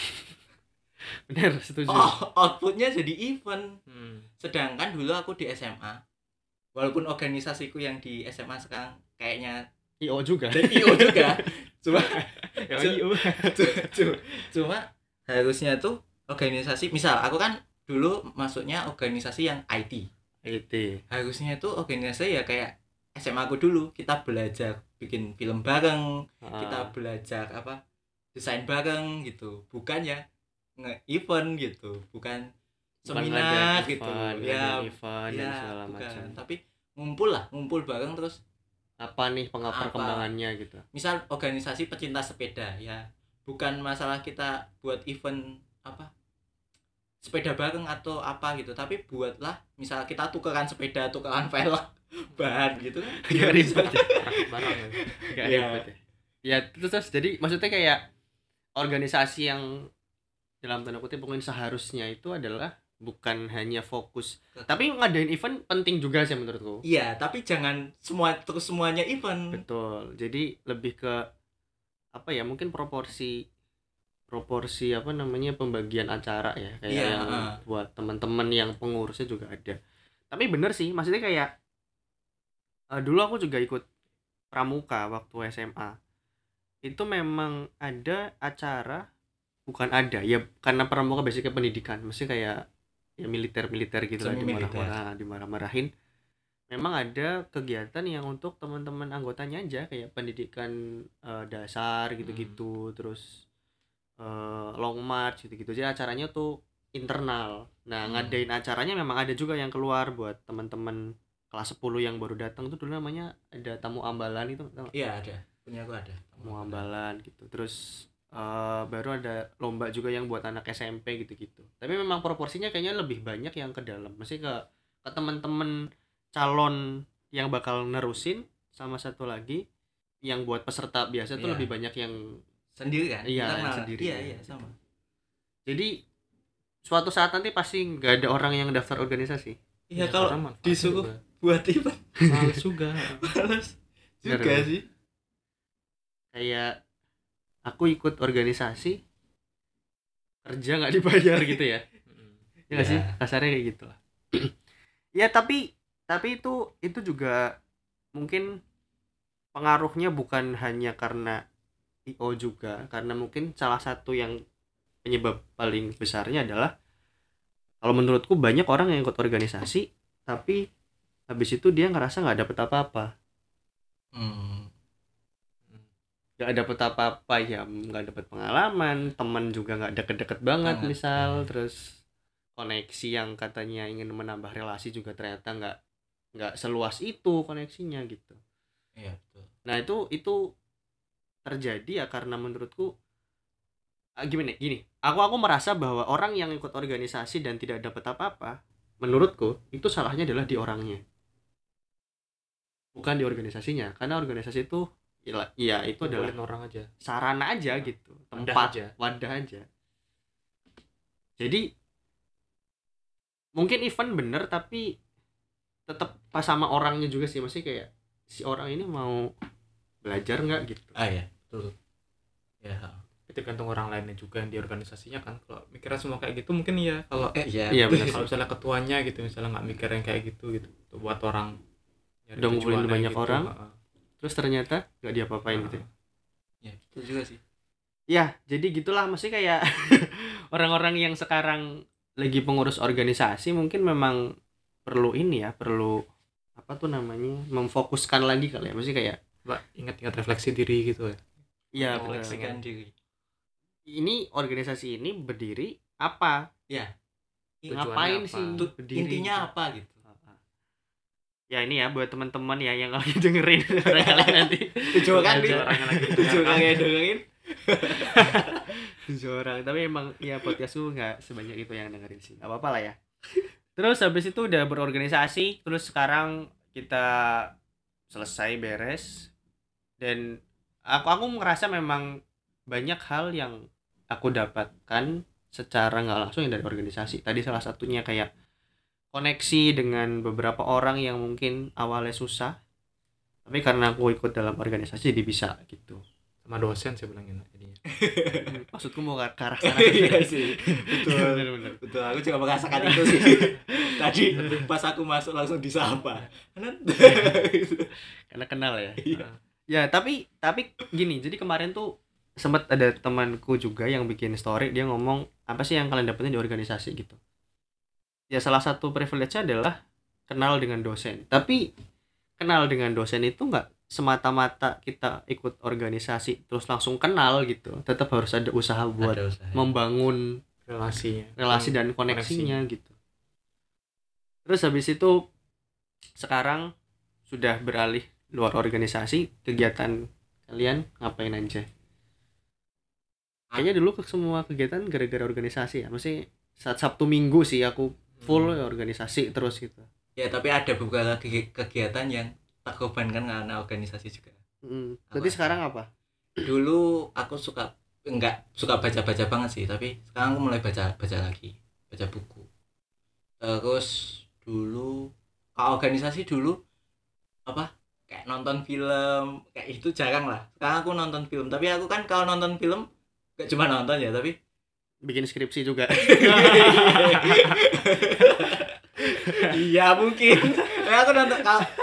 Bener, setuju. Outputnya jadi event. Hmm. Sedangkan dulu aku di SMA, walaupun organisasiku yang di SMA sekarang kayaknya IO juga. dan IO juga, cuma Ya, cuma harusnya tuh organisasi, misal aku kan dulu masuknya organisasi yang IT. IT. Harusnya itu organisasi ya kayak SMA aku dulu, kita belajar bikin film bareng, kita belajar apa desain bareng gitu, bukan ya nge-event gitu, bukan seminar gitu ya, event ya dan segala bukan. macam. Tapi ngumpul bareng, terus Apa nih perkembangannya gitu. misal organisasi pecinta sepeda ya, bukan masalah kita buat event apa sepeda bareng atau apa gitu, tapi buatlah misal kita tukeran sepeda, tukeran velg bahan gitu kan. Gak ribet ya. barang ya. Gak Iya. ribet ya. Ya terus jadi maksudnya kayak organisasi yang dalam tanda kutip mungkin seharusnya itu adalah bukan hanya fokus, tapi ngadain event penting juga sih menurutku. Iya, tapi jangan semuanya event. Betul. Jadi lebih ke apa ya, mungkin proporsi apa namanya pembagian acara ya, kayak Iya, yang buat teman-teman yang pengurusnya juga ada. Tapi bener sih, maksudnya kayak dulu aku juga ikut pramuka waktu SMA. Itu memang ada acara, bukan ada ya, karena pramuka basicnya pendidikan, mesti kayak ya militer gitu lah, dimarah-marahin. Memang ada kegiatan yang untuk teman-teman anggotanya aja, kayak pendidikan dasar gitu-gitu, terus long march gitu-gitu. Jadi acaranya tuh internal. Nah, ngadain acaranya memang ada juga yang keluar buat teman-teman kelas 10 yang baru datang tuh, dulu namanya ada tamu ambalan itu. Iya, ada. Punya aku ada. Tamu ambalan gitu. Terus baru ada lomba juga yang buat anak SMP gitu-gitu. Tapi memang proporsinya kayaknya lebih banyak yang ke dalam. Masih ke teman-teman calon yang bakal nerusin, sama satu lagi yang buat peserta biasa tuh Iya. lebih banyak yang Sendiri kan? Iya, Kita malah- sendiri. Iya, sama. jadi suatu saat nanti pasti nggak ada orang yang daftar organisasi. Iya, Ya, kalau karena manfaatnya disuruh juga. buat event Males juga. males juga Bener. sih. Kayak aku ikut organisasi kerja nggak dibayar gitu ya. Ya nggak Ya. sih, kasarnya kayak gitu lah. Ya tapi itu juga mungkin pengaruhnya bukan hanya karena IO juga, karena mungkin salah satu yang penyebab paling besarnya adalah kalau menurutku banyak orang yang ikut organisasi tapi habis itu dia ngerasa nggak dapet apa-apa, Hmm. nggak dapet apa-apa ya, nggak dapet pengalaman, teman juga nggak deket-deket banget Banget. misal, terus koneksi yang katanya ingin menambah relasi juga ternyata nggak seluas itu koneksinya gitu. Iya, betul. Nah itu terjadi ya karena menurutku gini, aku merasa bahwa orang yang ikut organisasi dan tidak dapat apa-apa, menurutku itu salahnya adalah di orangnya, bukan di organisasinya, karena organisasi itu ya itu adalah Kumpulin orang aja. sarana aja gitu, Wadah tempat aja. wadah aja. Jadi mungkin event bener tapi tetap pas sama orangnya juga sih, masih kayak si orang ini mau belajar nggak gitu. Iya, betul. Ya. Itu tergantung orang lainnya juga yang di organisasinya kan. Kalau mikirnya semua kayak gitu mungkin iya. Kalau Iya. Iya, benar. kalau misalnya ketuanya gitu misalnya nggak mikir yang kayak gitu tuh buat orang nyari Udah ngumpulin tujuannya banyak orang. heeh. Terus ternyata nggak diapa-apain gitu. Ya, betul juga sih. Ya, jadi gitulah, mesti kayak orang-orang yang sekarang lagi pengurus organisasi mungkin memang perlu ini ya, perlu apa tuh namanya, memfokuskan lagi kali ya, mesti kayak Mbak, ingat-ingat refleksi diri gitu ya. ya benar. Refleksikan diri. Ini organisasi ini berdiri apa? Ya. Ngapain Tujuannya sih apa? Tuh, berdiri? intinya apa gitu? Ya ini ya buat teman-teman ya yang lagi dengerin barangkali nanti Tujuh orang nih. 7 orang yang lagi Tujuh orang mendengarkan. yang dengerin. 7 orang, tapi emang ya podcastku nggak sebanyak itu yang dengerin sih, nggak apa-apa lah ya. Terus habis itu udah berorganisasi, terus sekarang kita selesai beres, dan aku ngerasa memang banyak hal yang aku dapatkan secara nggak langsung yang dari organisasi. Tadi salah satunya kayak koneksi dengan beberapa orang yang mungkin awalnya susah, tapi karena aku ikut dalam organisasi jadi bisa gitu. Sama dosen saya bilangin jadinya. Maksudku mau ke arah sana. Iya sih. Betul. Bener-bener. Betul, aku juga merasakan itu sih. Tadi pas aku masuk langsung disapa. Karena kenal ya. Iya. Ya, tapi gini, jadi kemarin tuh sempat ada temanku juga yang bikin story, dia ngomong apa sih yang kalian dapetin di organisasi gitu. Ya salah satu privilege-nya adalah kenal dengan dosen. Tapi kenal dengan dosen itu nggak semata-mata kita ikut organisasi terus langsung kenal gitu. Tetap harus ada usaha buat Ada usaha. membangun Relasinya. relasi dan koneksinya gitu. Terus habis itu sekarang sudah beralih luar organisasi, kegiatan kalian ngapain aja? Kayaknya dulu semua kegiatan gara-gara organisasi ya. Maksudnya saat Sabtu Minggu sih aku full organisasi terus gitu. Ya, tapi ada beberapa kegiatan yang tak korbankan karena organisasi juga. Berarti Apa? sekarang apa? Dulu aku enggak suka baca-baca banget sih, tapi sekarang aku mulai baca lagi, baca buku. Terus dulu kalau organisasi dulu apa? Kayak nonton film, kayak itu jarang lah. Sekarang aku nonton film, tapi aku kan kalau nonton film gak cuma nonton ya, tapi Bikin skripsi juga. iya mungkin. Aku nonton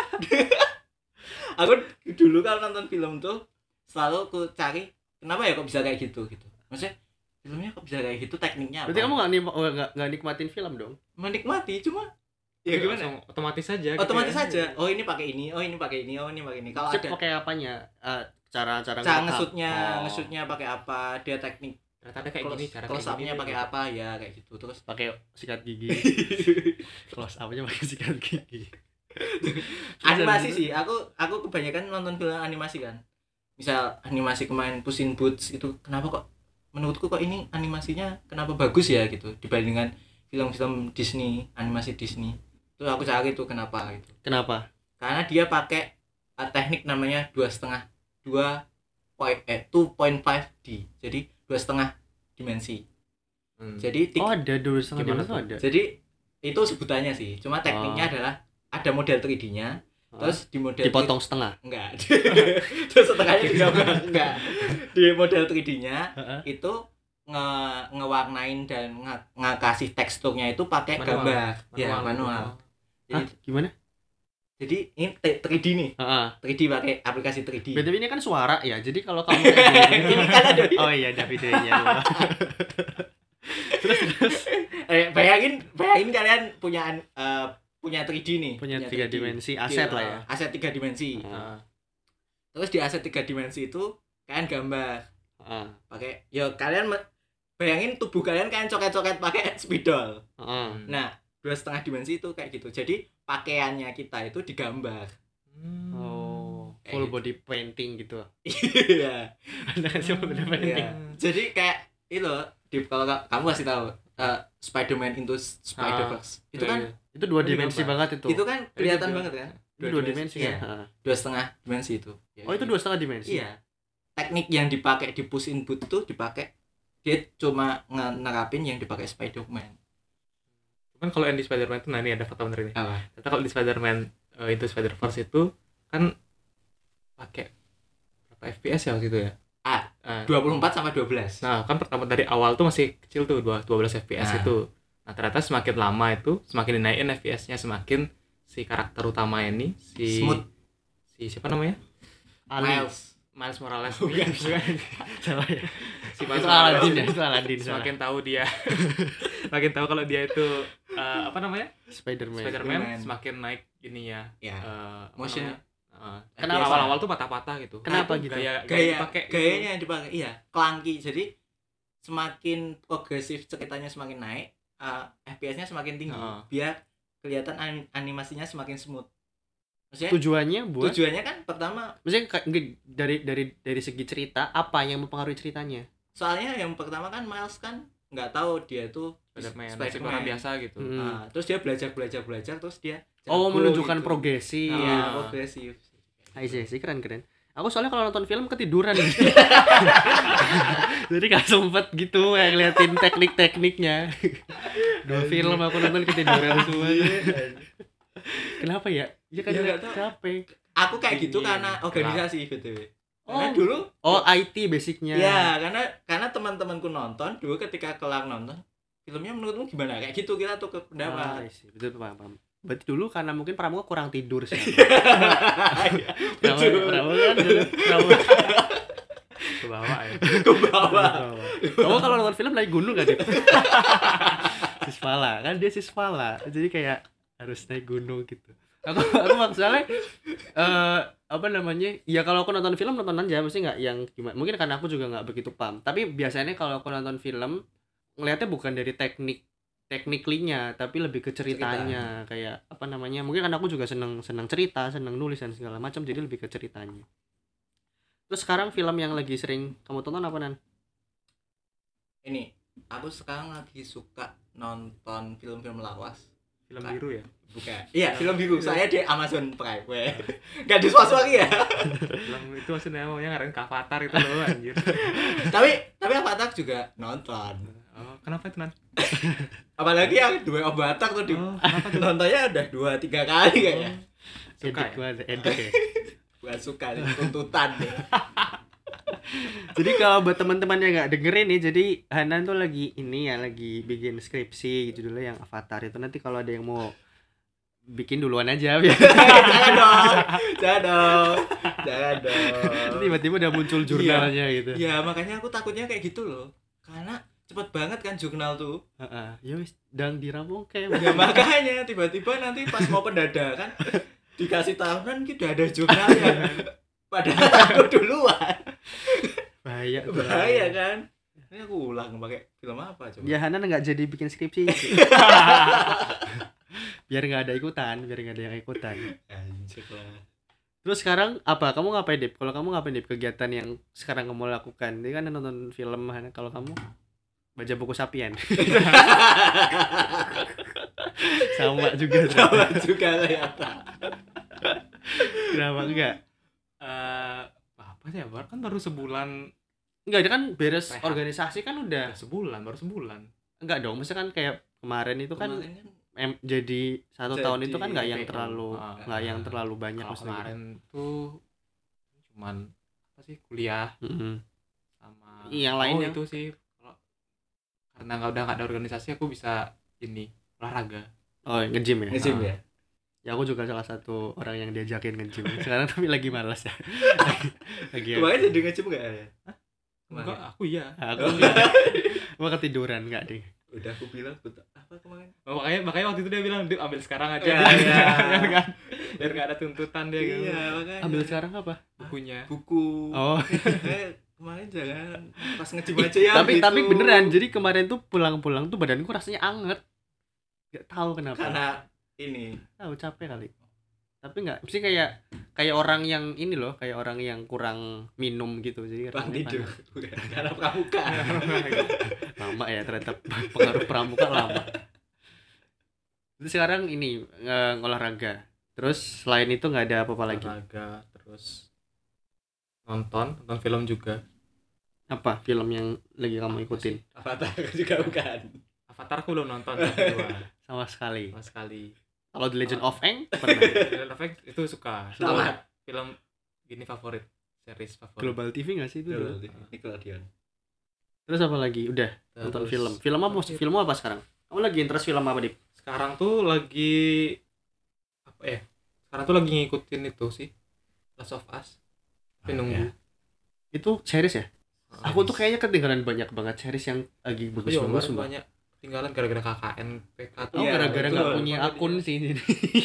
aku dulu kalau nonton film tuh selalu aku cari kenapa ya kok bisa kayak gitu. Maksudnya filmnya kok bisa kayak gitu, tekniknya apa? Berarti kamu nggak nikmatin film dong? Menikmati, cuma ya gimana? Langsung otomatis saja gitu Otomatis ya. aja. Oh ini pakai ini, oh ini pakai ini, oh ini pakai ini. Kalau Sip, ada pakai apanya? Cara cara ngerekam. ngesutnya pakai apa, dia teknik Ternyata ada kayak gini cara close kayak up-nya gini, pakai gitu. apa ya kayak gitu. Terus Pakai sikat gigi. Close up-nya pakai sikat gigi. animasi sih. Aku kebanyakan nonton film animasi kan. Misal animasi kemarin Puss in Boots itu kenapa kok menurutku kok ini animasinya kenapa bagus ya gitu dibandingkan film-film Disney, animasi Disney. Terus aku cari tuh kenapa gitu. Kenapa? Karena dia pakai teknik namanya 2,5 2.5D. Jadi 2,5 dimensi. Jadi Oh, ada 2,5 Gimana dimensi tuh? ada. jadi itu sebutannya sih. Cuma tekniknya adalah ada model 3D-nya. Terus di model dipotong setengah. enggak. Terus setengahnya digambar enggak. Di model 3D-nya itu ngewarnain dan ngasih teksturnya itu pakai gambar. Ya, manual. Hah? Gimana? Jadi ini 3D nih. Heeh. 3D pakai aplikasi 3D. BTW ini kan suara ya. Jadi kalau kamu kayak gini, Ini kan ada. oh iya, ada videonya. terus Bayangin kalian punya 3D nih. punya 3 dimensi aset lah ya. Aset 3 dimensi. Terus di aset 3 dimensi itu kalian gambar. Pakai kalian bayangin tubuh kalian coket-coket pakai spidol. Nah, 2,5 dimensi itu kayak gitu. Jadi pakaiannya kita itu digambar. Full body painting gitu. Iya. Ada kan full body painting. Jadi kayak itu kalau kamu kasih tahu Spider-Man Into Spider-Verse. Itu kan itu 2 dimensi banget itu. itu kan kelihatan banget kan? Itu 2 dimensi iya. kan. 2,5 dimensi itu. Oh, itu 2,5 dimensi. Iya. Teknik yang dipakai di push input itu dipakai dia cuma nerapin yang dipakai Spider-Man. Cuman kalau yang di Spider-Man itu, nah ini ada fakta bener ini. Apa? Ternyata kalau di Spider-Man Into Spider-Verse itu kan pakai berapa FPS ya waktu itu ya? 24 sama 12. Nah, kan pertama dari awal tuh masih kecil tuh 12 FPS itu. Nah, ternyata semakin lama itu semakin dinaikin FPS-nya, semakin si karakter utama ini Smooth. si siapa namanya? Miles Morales. Bukan. Salah ya. Si Itu Aladdin ya, itu Aladdin. Semakin tahu dia makin tahu kalau dia itu apa namanya? Spider-Man. semakin naik ininya. Ya. Apa Motion. namanya? Kenapa? Awal-awal tuh patah-patah gitu. Kenapa itu gitu? Gayanya yang dipakai. Iya, clunky. Jadi semakin progresif ceritanya semakin naik, FPS-nya semakin tinggi. Biar kelihatan animasinya semakin smooth. Maksudnya tujuannya kan pertama, maksudnya dari segi cerita apa yang mempengaruhi ceritanya? Soalnya yang pertama kan Miles kan nggak tahu dia tuh Spider-Man orang biasa gitu. Terus dia belajar terus dia menunjukkan gitu. progresi. Iya, progresif. Sih keren. Aku soalnya kalau nonton film ketiduran gitu. Jadi gak sempet gitu ngeliatin teknik-tekniknya. Dua film aku nonton ketiduran semua. Kenapa ya? Ya kan capek. Aku kayak gitu karena organisasi BTW. Karena dulu IT basicnya. Ya, karena teman-temanku nonton dulu ketika kelar nonton filmnya menurutmu gimana? Kayak gitu kita tuh ke pendapat. Betul, paham. Berarti dulu karena mungkin Pramuka kurang tidur sih. Pramuka ke bawah ya. Kamu kalau nonton film naik gunung gak, Dip? Siswala, kan dia siswala. Jadi kayak harus naik gunung gitu. Aku maksudnya apa namanya? Ya kalau aku nonton film nonton aja, mesti nggak yang gimana. Mungkin karena aku juga nggak begitu paham. Tapi biasanya kalau aku nonton film ngelihatnya bukan dari tekniklinya, tapi lebih ke ceritanya. Kayak apa namanya? Mungkin karena aku juga seneng cerita, seneng nulis dan segala macam, jadi lebih ke ceritanya. Terus sekarang film yang lagi sering kamu tonton apa, Nan? Ini, aku sekarang lagi suka nonton film-film lawas. Film biru ya? Bukan. Iya, film biru. Saya di Amazon Prime. Gak di swasta ya. Film itu maksudnya maunya ngarahin ke Avatar itu loh anjir. tapi Avatar juga nonton. Oh, kenapa itu, Nan? Apalagi yang dua Avatar tuh nontonnya udah 2-3 kali kayaknya. Suka edik ya? Bukan suka, tuntutan deh. Jadi kalau buat teman-teman yang nggak dengerin nih, jadi Hanan tuh lagi bikin skripsi judulnya yang Avatar itu. Nanti kalau ada yang mau bikin duluan aja biar. Jangan dong. Tiba-tiba udah muncul jurnalnya gitu. Ya makanya aku takutnya kayak gitu loh. Karena cepet banget kan jurnal tuh. Ya wis, dang dirampung kayak. Ya makanya tiba-tiba nanti pas mau pendadakan dikasih tahunan gitu ada jurnalnya. Padahal aku duluan. Bahaya kan. Ini aku ulang pakai film apa coba? Ya Hanan nggak jadi bikin skripsi. Biar nggak ada yang ikutan. Anjir lah. Terus sekarang apa? Kamu ngapain, Dip? Kalau kamu ngapain, Dip? Kegiatan yang sekarang kamu lakukan? Ini kan nonton film, kalau kamu baca buku Sapien. Sama juga ternyata. Ternyata. Kenapa enggak? Apa apa sih ya, kan baru sebulan. Enggak, dia kan beres Rehat. organisasi kan udah. Baru sebulan. Enggak dong, maksudnya kan kayak kemarin itu kan Kemarin jadi 1 tahun itu kan nggak yang PO. terlalu nggak yang terlalu banyak Kalau maksudnya. kemarin tuh cuman apa sih, kuliah Mm-mm. sama Yang lainnya. itu sih, kalau karena nggak ada organisasi aku bisa ini olahraga. Oh, nge-gym ya. nge-gym Ah. ya. Ya aku juga salah satu orang yang diajakin nge-gym. Sekarang tapi lagi malas ya. lagi Kemarin jadi nge-gym enggak ya? Enggak, aku iya. aku mau ketiduran enggak deh. Udah aku bilang apa kemarin? Makanya waktu itu dia bilang, "Dip, ambil sekarang aja." Ya, ya. biar nggak ada tuntutan dia gitu. Iya, makanya. Ambil sekarang apa? Bukunya. buku. Oh. Kemarin jangan pas nge-gym aja ya. tapi gitu. beneran, jadi kemarin tuh pulang-pulang tuh badanku rasanya anget. Gak tahu kenapa. Karena ini Tahu capek kali. Tapi enggak, mesti kayak orang yang ini loh, kayak orang yang kurang minum gitu. Jadi bang rasanya tidur. panas. Bukan karena pramuka. Lama ya ternyata pengaruh pramuka lama. Terus sekarang ini olahraga. Terus selain itu nggak ada apa-apa lagi. Olahraga, terus nonton film juga. Apa film yang lagi kamu ikutin? Avatar juga bukan. Avatar aku belum nonton yang kedua Sama sekali. sama sekali. Kalau The Legend of Aang pernah. Legend of Aang itu suka. Tamat. Film gini favorit, series favorit. Global TV nggak sih itu dulu? Nickelodeon. Terus apa lagi? Udah nonton Terus film. Film apa sekarang? Kamu lagi interest film apa, Dik? sekarang tuh lagi apa ya? Sekarang tuh lagi ngikutin itu sih, Last of Us. Tapi nunggu. Itu series ya? Aku tuh kayaknya ketinggalan banyak banget series yang lagi Aku juga bagus-bagus. kemarin banyak tinggalan gara-gara KKN PK tuh. Oh, Iya, gara-gara nggak betul. punya akun sih jadi.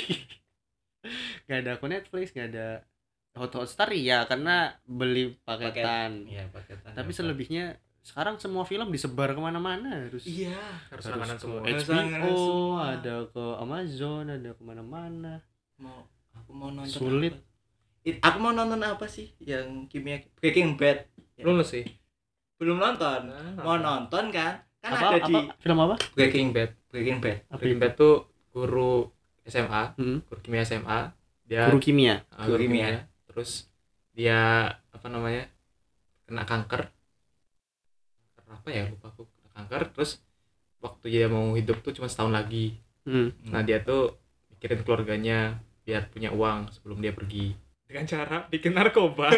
Gak ada akun Netflix, gak ada Hotstar ya karena beli paketan. Iya, paketan. Tapi selebihnya sekarang semua film disebar kemana-mana harus Iya. Harus harus langganan ke semua. Harus HBO, langganan semua. ada ke Amazon, ada kemana-mana. Aku mau nonton Sulit. apa? Aku mau nonton apa sih yang kimia Breaking Bad? Belum sih. Belum nonton. Nah, Mau nonton kan? Kan Apa ada di film apa? Breaking Bad. Breaking Bad. Apa Breaking itu? Bad tuh guru SMA, Hmm. guru kimia SMA. Dia Guru kimia. guru Guru kimia. kimia. Terus dia apa namanya? Kena kanker. Apa ya, lupa aku. Kena kanker, terus waktu dia mau hidup tuh cuma setahun lagi. Hmm. Nah, dia tuh mikirin keluarganya biar punya uang sebelum dia pergi. Dengan cara bikin narkoba.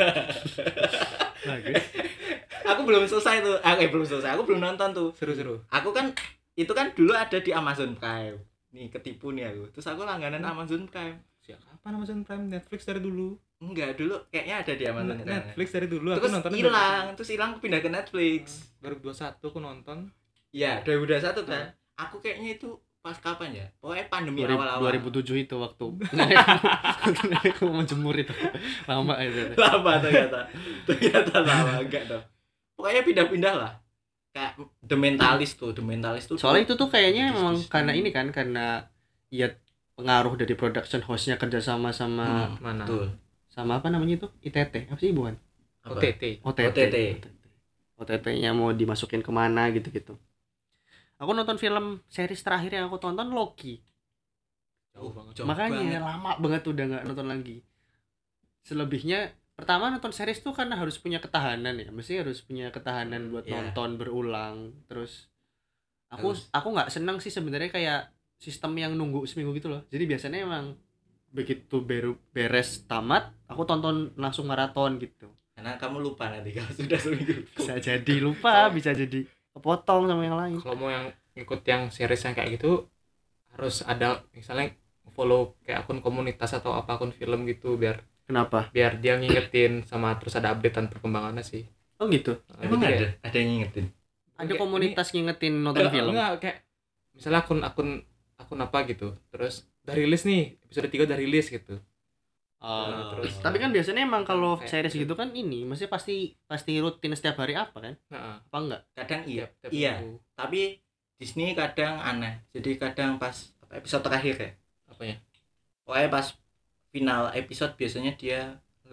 Bagus. Aku belum selesai tuh. Belum selesai. Aku belum nonton tuh. Seru-seru. Aku kan itu kan dulu ada di Amazon Prime. Nih ketipu nih aku. Terus aku langganan Amazon Prime. Siapa kapan Amazon Prime? Netflix dari dulu. Enggak, dulu kayaknya ada di Amazon Prime. Netflix dari dulu. Terus nontonnya hilang, terus hilang aku pindah ke Netflix. 2021 aku nonton. Iya, 2021 kan. Aku kayaknya itu pas kapan ya? Pokoknya pandemi awal-awal. 2007 itu waktu nenekku menjemur itu. Lama itu. Lama ternyata. Ternyata lama enggak dong. Pokoknya pindah-pindah lah. Kayak The Mentalist tuh. Soalnya itu tuh kayaknya Diskusi. memang karena ini kan karena ya pengaruh dari production house-nya kerjasama sama Mana? Betul. sama apa namanya itu ITT apa sih bukan Apa? OTT. OTT OTT-nya mau dimasukin kemana gitu-gitu. Aku nonton film series terakhir yang aku tonton Loki. Jauh banget. Jauh Makanya banget. lama banget udah nggak nonton lagi. Selebihnya pertama nonton series tuh karena harus punya ketahanan ya, mesti harus punya ketahanan buat Iya. nonton berulang. Terus Harus. aku nggak senang sih sebenarnya kayak sistem yang nunggu seminggu gitu loh. Jadi biasanya emang begitu beres tamat, aku tonton langsung maraton gitu. Karena kamu lupa nanti kalau sudah seminggu. Bisa jadi lupa, bisa jadi kepotong sama yang lain. Kalau mau yang ikut yang series yang kayak gitu harus ada misalnya follow kayak akun komunitas atau apa akun film gitu biar Kenapa? dia ngingetin sama terus ada updatean perkembangannya sih. Oh gitu. Nah, Emang jadi ada yang ngingetin. Ada kayak komunitas ngingetin nonton film. Enggak, kayak misalnya akun apa gitu. Terus udah rilis nih, episode 3 udah rilis gitu. Oh, terus- tapi kan biasanya emang kalau Kayak series gitu. gitu kan ini maksudnya pasti rutin setiap hari apa kan? Heeh. Apa enggak? Kadang iya. Tiap Iya. minggu. Tapi Disney kadang aneh. Jadi kadang pas episode terakhir ya. Apa ya? Pokoknya pas final episode biasanya dia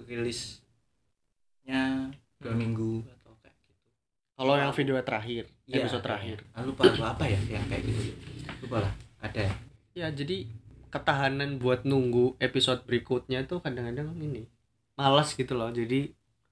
rilisnya 2 minggu atau kayak gitu. Kalau yang video terakhir, Iya, episode terakhir. Lupa apa ya yang kayak gitu. Lupa lah. Ada. Ya, jadi ketahanan buat nunggu episode berikutnya tuh kadang-kadang ini malas gitu loh. Jadi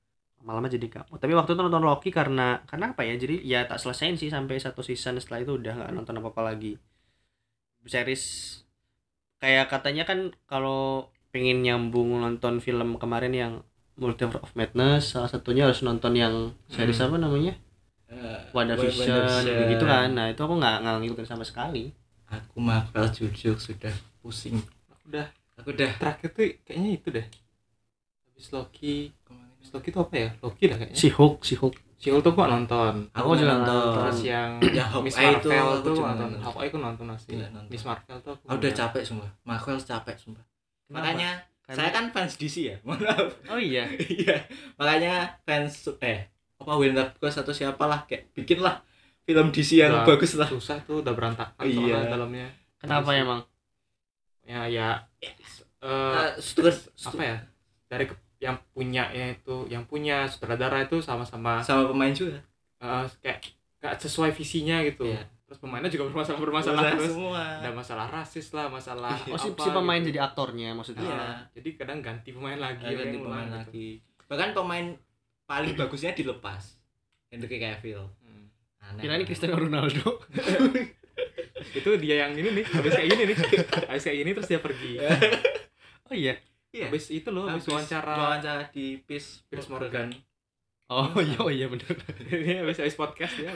lama-lama jadi gak mood. Tapi waktu itu nonton Loki karena apa ya, jadi ya tak selesaiin sih sampai satu season, setelah itu udah nggak nonton apa-apa lagi. Series kayak katanya kan kalau pengen nyambung nonton film kemarin yang Multiverse of Madness, salah satunya harus nonton yang series apa namanya, WandaVision gitu kan. Nah itu aku nggak ngikutin sama sekali. Aku Marvel jujur sudah pusing. Aku udah terakhir tuh kayaknya itu deh. Habis Loki itu apa ya? Loki dah kayaknya. Si Hulk She-Hulk tuh gua nonton. Aku juga nonton. Terus yang Miss Hawkeye itu Marvel aku tuh juga nonton. nonton. Hawkeye aku nonton masih. Iya, nonton. Miss Marvel tuh aku udah nggak. capek sumpah. Marvel capek sumpah. Kenapa? Makanya Karena- saya kan fans DC ya. Mohon maaf. Oh iya. Iya. Makanya fans apa Warner Bros atau siapalah kayak bikinlah film DC yang Udah bagus lah. Susah tuh, udah berantakan Iya. soalnya dalamnya. Kenapa Terus, emang? Ya Terus apa ya? Dari yang punya sutradara itu sama-sama sama pemain juga. kayak gak sesuai visinya gitu. Iya. Terus pemainnya juga bermasalah terus. semua. Ada masalah rasis lah, masalah Oh si apa pemain gitu. jadi aktornya maksudnya. Iya. Jadi kadang ganti pemain lagi, Ganti yang pemain ulang gitu. lagi. Bahkan pemain paling bagusnya dilepas. Henry Cavill. Aneh. Kira ini Cristiano Ronaldo. Itu dia yang ini nih, habis kayak gini nih. Habis kayak gini terus dia pergi. Oh iya. Iya. Habis itu loh, habis wawancara di Piers Morgan. Oh iya bener. Ini habis podcast ya.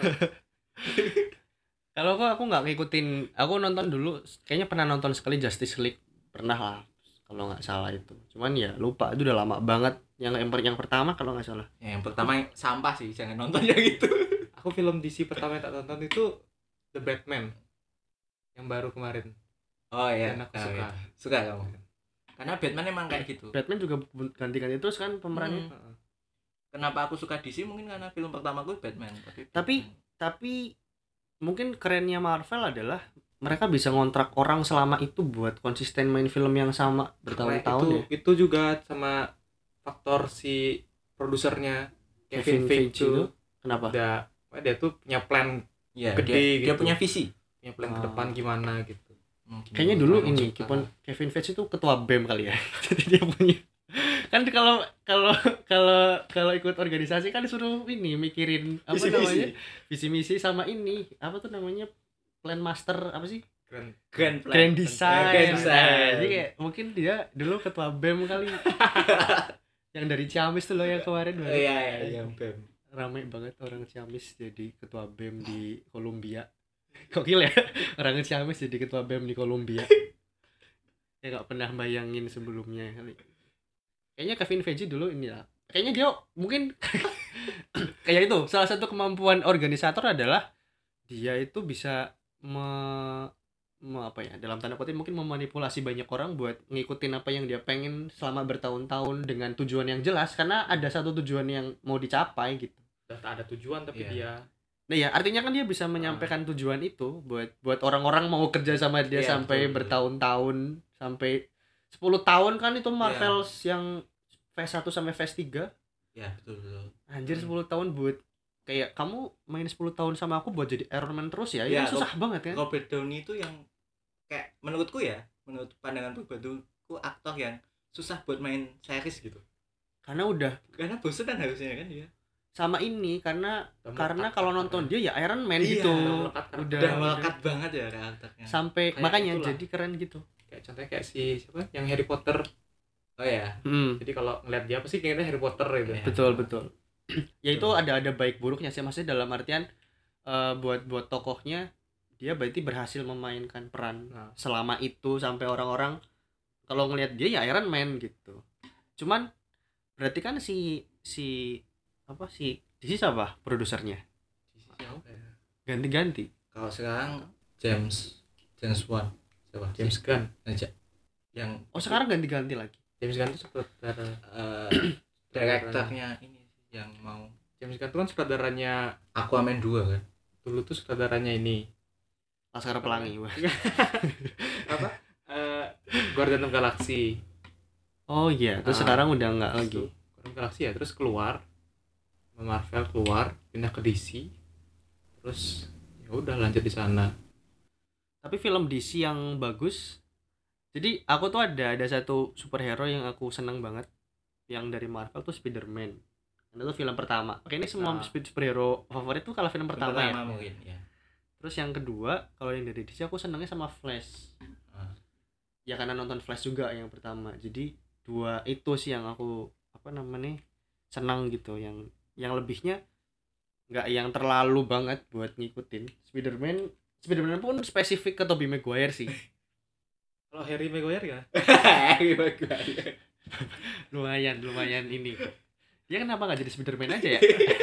Kalau aku nggak ngikutin, aku nonton dulu, kayaknya pernah nonton sekali Justice League, pernah lah, kalau nggak salah itu. Cuman ya lupa, itu udah lama banget. Yang pertama kalau nggak salah. Ya, yang pertama sampah sih, jangan nonton yang itu. Aku film DC pertama yang tak tonton itu The Batman. Yang baru kemarin. Oh iya, Dan aku suka. Suka kamu. Karena Batman emang kayak gitu. Batman juga ganti-ganti terus kan pemerannya. Heeh. Kenapa aku suka DC mungkin karena film pertamaku Batman. Tapi mungkin kerennya Marvel adalah mereka bisa ngontrak orang selama itu buat konsisten main film yang sama bertahun-tahun ya. Itu juga sama faktor si produsernya Kevin Feige itu. Kenapa? Dia tuh punya plan ya, gede dia gitu. punya visi. Punya plan ke depan gimana gitu. Kayaknya dulu ini Kevin Feige itu ketua BEM kali ya. Jadi dia punya kan kalau ikut organisasi kan disuruh ini mikirin apa namanya visi misi sama ini apa tuh namanya plan master apa sih grand design. Jadi kayak mungkin dia dulu ketua BEM kali. Yang dari Ciamis tuh loh yang kemarin baru. Iya BEM. Ramai banget orang Ciamis jadi ketua BEM di Kolombia. Gokil ya, orang Ciamis jadi ketua BEM di Kolombia. Ya nggak pernah bayangin sebelumnya kali. Kayaknya Kevin Feige dulu ini lah. Kayaknya dia mungkin kayak itu salah satu kemampuan organisator adalah dia itu bisa apa ya, dalam tanda kutip mungkin memanipulasi banyak orang buat ngikutin apa yang dia pengen selama bertahun-tahun dengan tujuan yang jelas, karena ada satu tujuan yang mau dicapai gitu. Udah tak ada tujuan tapi dia. Nah ya artinya kan dia bisa menyampaikan tujuan itu buat orang-orang mau kerja sama dia sampai bertahun-tahun, sampai 10 tahun kan itu Marvel yang phase 1 sampai phase 3. Ya betul. Anjir 10 tahun buat kayak kamu main 10 tahun sama aku buat jadi Iron Man terus ya. Itu susah banget kan. Robert Downey itu yang kayak menurut pandangan pribadiku aktor yang susah buat main series gitu. Karena bosan kan harusnya kan dia. Sama ini karena kalau nonton dia ya Iron Man gitu. Udah melekat banget ya karakternya. Sampai kayak makanya itulah. jadi keren gitu. Kayak contohnya kayak si siapa yang Harry Potter. Oh ya. Jadi kalau ngeliat dia pasti kayaknya Harry Potter gitu. Ya. Betul. Ya itu ada baik buruknya sih, maksudnya dalam artian buat tokohnya dia berarti berhasil memainkan peran selama itu sampai orang-orang kalau ngelihat dia ya Iron Man gitu. Cuman berarti kan si DC siapa produsernya? Siapa ya? Ganti-ganti. Kalau sekarang James Wan. Siapa? James Gunn. Aja. Yang sekarang ganti-ganti lagi. James Gunn itu sutradara. direkturnya ini yang mau James Gunn itu kan sutradaranya Aquaman 2 kan. dulu tuh sutradaranya ini. Laskar Pelangi. Apa? Guardian of Galaxy. Oh iya, terus sekarang udah enggak lagi. Guardian of Galaxy ya, terus keluar Marvel, keluar pindah ke DC. Terus ya udah lanjut di sana. Tapi film DC yang bagus. Jadi aku tuh ada satu superhero yang aku seneng banget yang dari Marvel tuh Spider-Man. Karena itu film pertama. Oke, ini semua superhero favorit tuh kalau film pertama ya. Mungkin ya. Terus yang kedua, kalau yang dari DC aku senengnya sama Flash. Ya karena nonton Flash juga yang pertama. Jadi dua itu sih yang aku senang gitu. Yang lebihnya nggak yang terlalu banget buat ngikutin. Spiderman pun spesifik ke Tobey Maguire sih. Kalau Harry Maguire ya? Harry Maguire. lumayan ini. Dia kenapa nggak jadi Spiderman aja ya?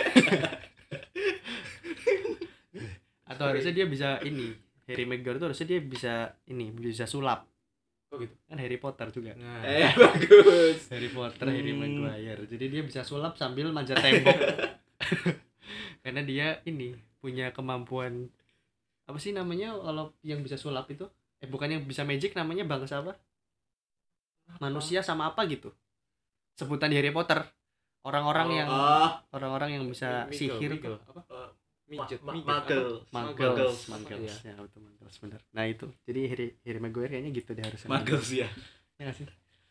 Atau harusnya dia bisa ini. Harry Maguire tuh harusnya dia bisa sulap. Oh gitu. Kan Harry Potter juga. Nah, Bagus. Harry Potter, Harry Maguire. Jadi dia bisa sulap sambil manjat tembok. Karena dia ini punya kemampuan apa sih namanya kalau yang bisa sulap itu? Bukan yang bisa magic, namanya bangsa apa? Manusia sama apa gitu. Sebutan di Harry Potter. Orang-orang yang bisa sihir Miggle. tuh. Apa? Muggles. Muggles. Ya, betul Muggles benar. Nah itu. Jadi Harry Maguire kayaknya gitu deh harusnya. Muggles ya. Ya nggak sih?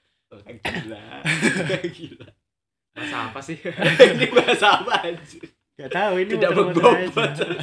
Gila. Bahasa apa sih? Ini bahasa apa aja? Gak tahu ini Tidak muter-muter berbobot. aja.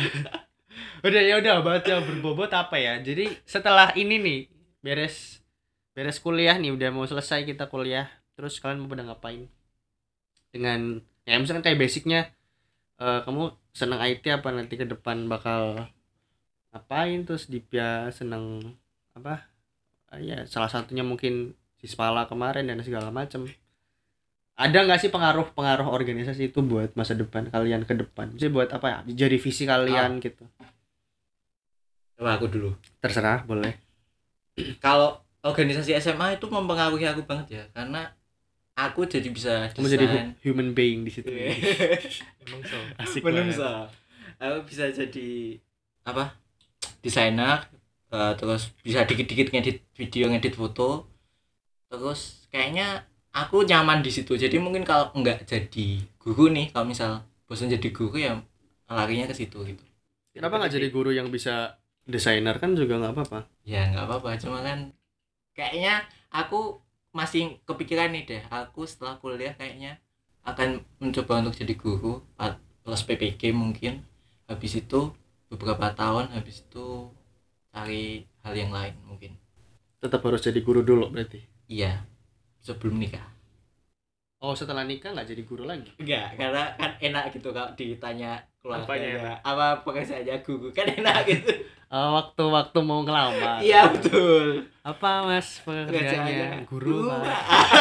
udah bahas yang berbobot apa ya. Jadi setelah ini nih beres kuliah nih, udah mau selesai kita kuliah, terus kalian mau pada ngapain? Dengan ya misalkan kayak basicnya kamu senang IT apa, nanti ke depan bakal ngapain, terus Dipya senang apa? Ya salah satunya mungkin Sispala kemarin dan segala macam. Ada nggak sih pengaruh organisasi itu buat masa depan kalian ke depan? Jadi buat apa ya? Jadi visi kalian gitu. Coba aku dulu. Terserah, boleh. Kalau organisasi SMA itu mempengaruhi aku banget ya, karena aku jadi bisa Kamu jadi desain. human being di situ. Emang so. Asik Belum banget. so. Aku bisa jadi apa? Desainer, terus bisa dikit-dikit ngedit video, ngedit foto. Terus kayaknya aku nyaman di situ. Jadi mungkin kalau enggak jadi guru nih, kalau misal bosan jadi guru ya larinya ke situ gitu. Kenapa nggak jadi guru yang bisa desainer, kan juga nggak apa-apa? Ya nggak apa-apa, cuma kan kayaknya aku masih kepikiran nih deh, aku setelah kuliah kayaknya akan mencoba untuk jadi guru plus PPG mungkin. Habis itu beberapa tahun, habis itu cari hal yang lain mungkin. Tetap harus jadi guru dulu berarti? Iya, sebelum nikah. Oh, setelah nikah nggak jadi guru lagi? Enggak, karena kan enak gitu kalau ditanya keluarganya Apanya? apa pekerjaannya guru, kan enak gitu. Waktu mau ngelamar. Iya betul. Apa mas pekerjaannya? Guru Pak.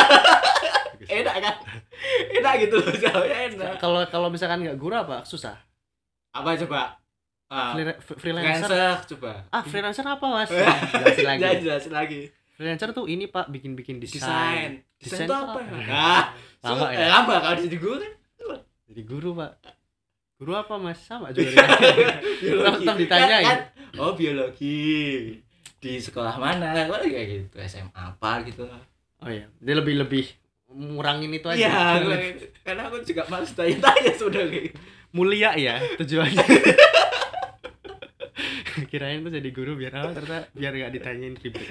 Enak kan? Enak gitu loh, jawabnya enak. Kalau misalkan nggak guru apa? Susah. Apa coba? Freelancer. Freelancer coba. Freelancer apa mas? Jelasin lagi. Jelasin lagi. Freelancer tuh ini Pak, bikin desain. Desain itu apa ya? Nah, lama ya. Lama kalau jadi guru kan. Jadi guru Pak. Guru apa mas? Sama juga. Tetap ditanyain. Kan, oh biologi. Di sekolah mana? Kan kayak gitu. SMA apa gitu. Oh iya, dia lebih ngurangin itu aja. Iya, karena aku juga malas tanya-tanya sudah kayak gitu. Mulia ya tujuannya. Kirain tuh jadi guru biar apa, ternyata biar nggak ditanyain ribet.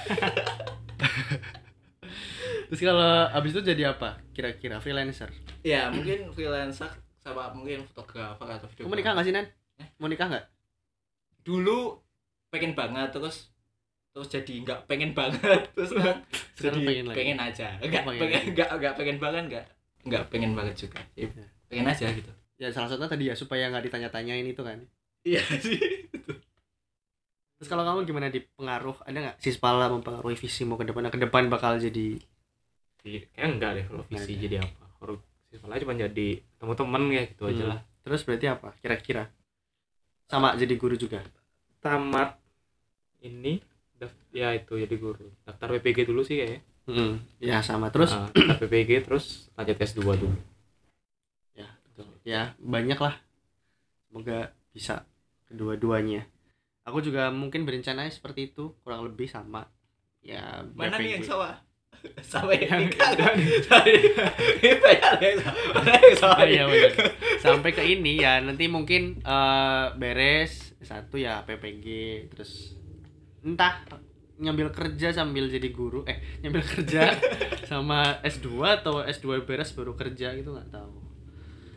Terus kalau abis itu jadi apa kira-kira? Freelancer? Ya mungkin freelancer sama mungkin fotografer atau video. Kamu nikah nggak sih Nan? Mau nikah nggak? Dulu pengen banget, terus jadi nggak pengen banget, terus Sekarang jadi pengen lagi. pengen aja. Enggak Pengen pengen lagi. enggak pengen banget, enggak pengen banget juga. Ya, pengen aja gitu. Ya salah satunya tadi ya supaya nggak ditanya-tanyain itu kan. Iya sih. Terus kalau kamu gimana, di pengaruh ada nggak Sispala mempengaruhi visi mau ke depan bakal jadi? Kayak enggak deh kalau visi Enggak. jadi apa. Kalau Sispala cuma jadi teman-teman ya gitu aja lah. Terus berarti apa kira-kira? Sama jadi guru juga? Tamat ini ya itu jadi guru. Daftar PPG dulu sih kayaknya. Ya sama. Terus Daftar PPG terus lanjut S2 dulu. ya betul. Ya banyak lah. Semoga bisa kedua-duanya. Aku juga mungkin berencana seperti itu, kurang lebih sama. Ya Mana nih yang BPG. sawah? Sama yang nikah. Banyak yang sawah. Mana yang sawah? Iya benar. Sampai ke ini ya, nanti mungkin beres satu ya PPG, terus entah nyambil kerja sambil jadi guru, nyambil kerja sama S2 atau S2 beres baru kerja gitu, nggak tahu.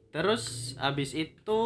Terus abis itu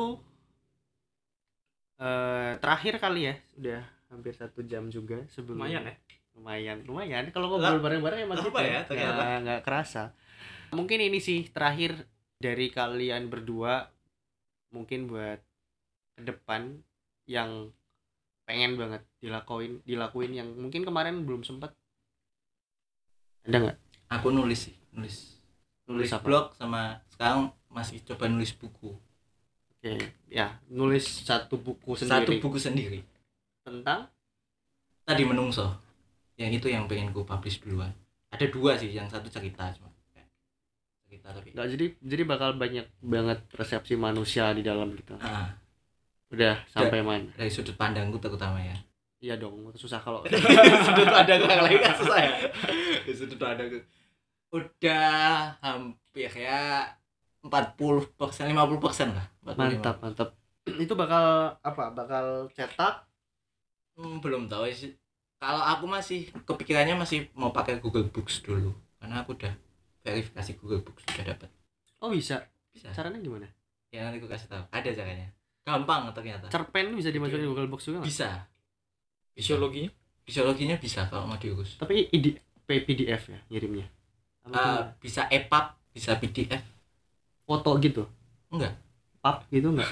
terakhir kali ya, udah hampir 1 jam juga sebelum Lumayan ya. lumayan kalau ngobrol bareng-bareng emang apa gitu ya, ternyata? nggak kerasa. Mungkin ini sih terakhir dari kalian berdua, mungkin buat ke depan yang pengen banget dilakuin yang mungkin kemarin belum sempat, ada nggak? Aku nulis sih, nulis Apa? blog, sama sekarang masih coba nulis buku. Oke, ya nulis satu buku sendiri tentang tadi menungso, yang itu yang pengen ku publish duluan. Ada 2 sih, yang satu cerita cuma cerita tapi nggak, jadi bakal banyak banget persepsi manusia di dalam gitu. Udah sampai mana? dari sudut pandangku terutama ya. Iya dong, susah kalau Sudut pandang orang lain kan susah ya. Dari sudut pandangku udah hampir ya 40%, 50% lah. 45. mantap. Itu bakal cetak? Belum tahu sih. Kalau aku masih kepikirannya masih mau pakai Google Books dulu, karena aku udah verifikasi Google Books, sudah dapat. Oh bisa Bisa. Caranya gimana? Ya nanti aku kasih tahu. Ada caranya. Gampang ternyata. Cerpen bisa dimasukin Google Box juga nggak? Bisa. Fisiologinya Bisa kalau mau diurus. Tapi PDF ya ngirimnya? Bisa EPUB, bisa PDF. Foto gitu? Enggak. Pap gitu enggak?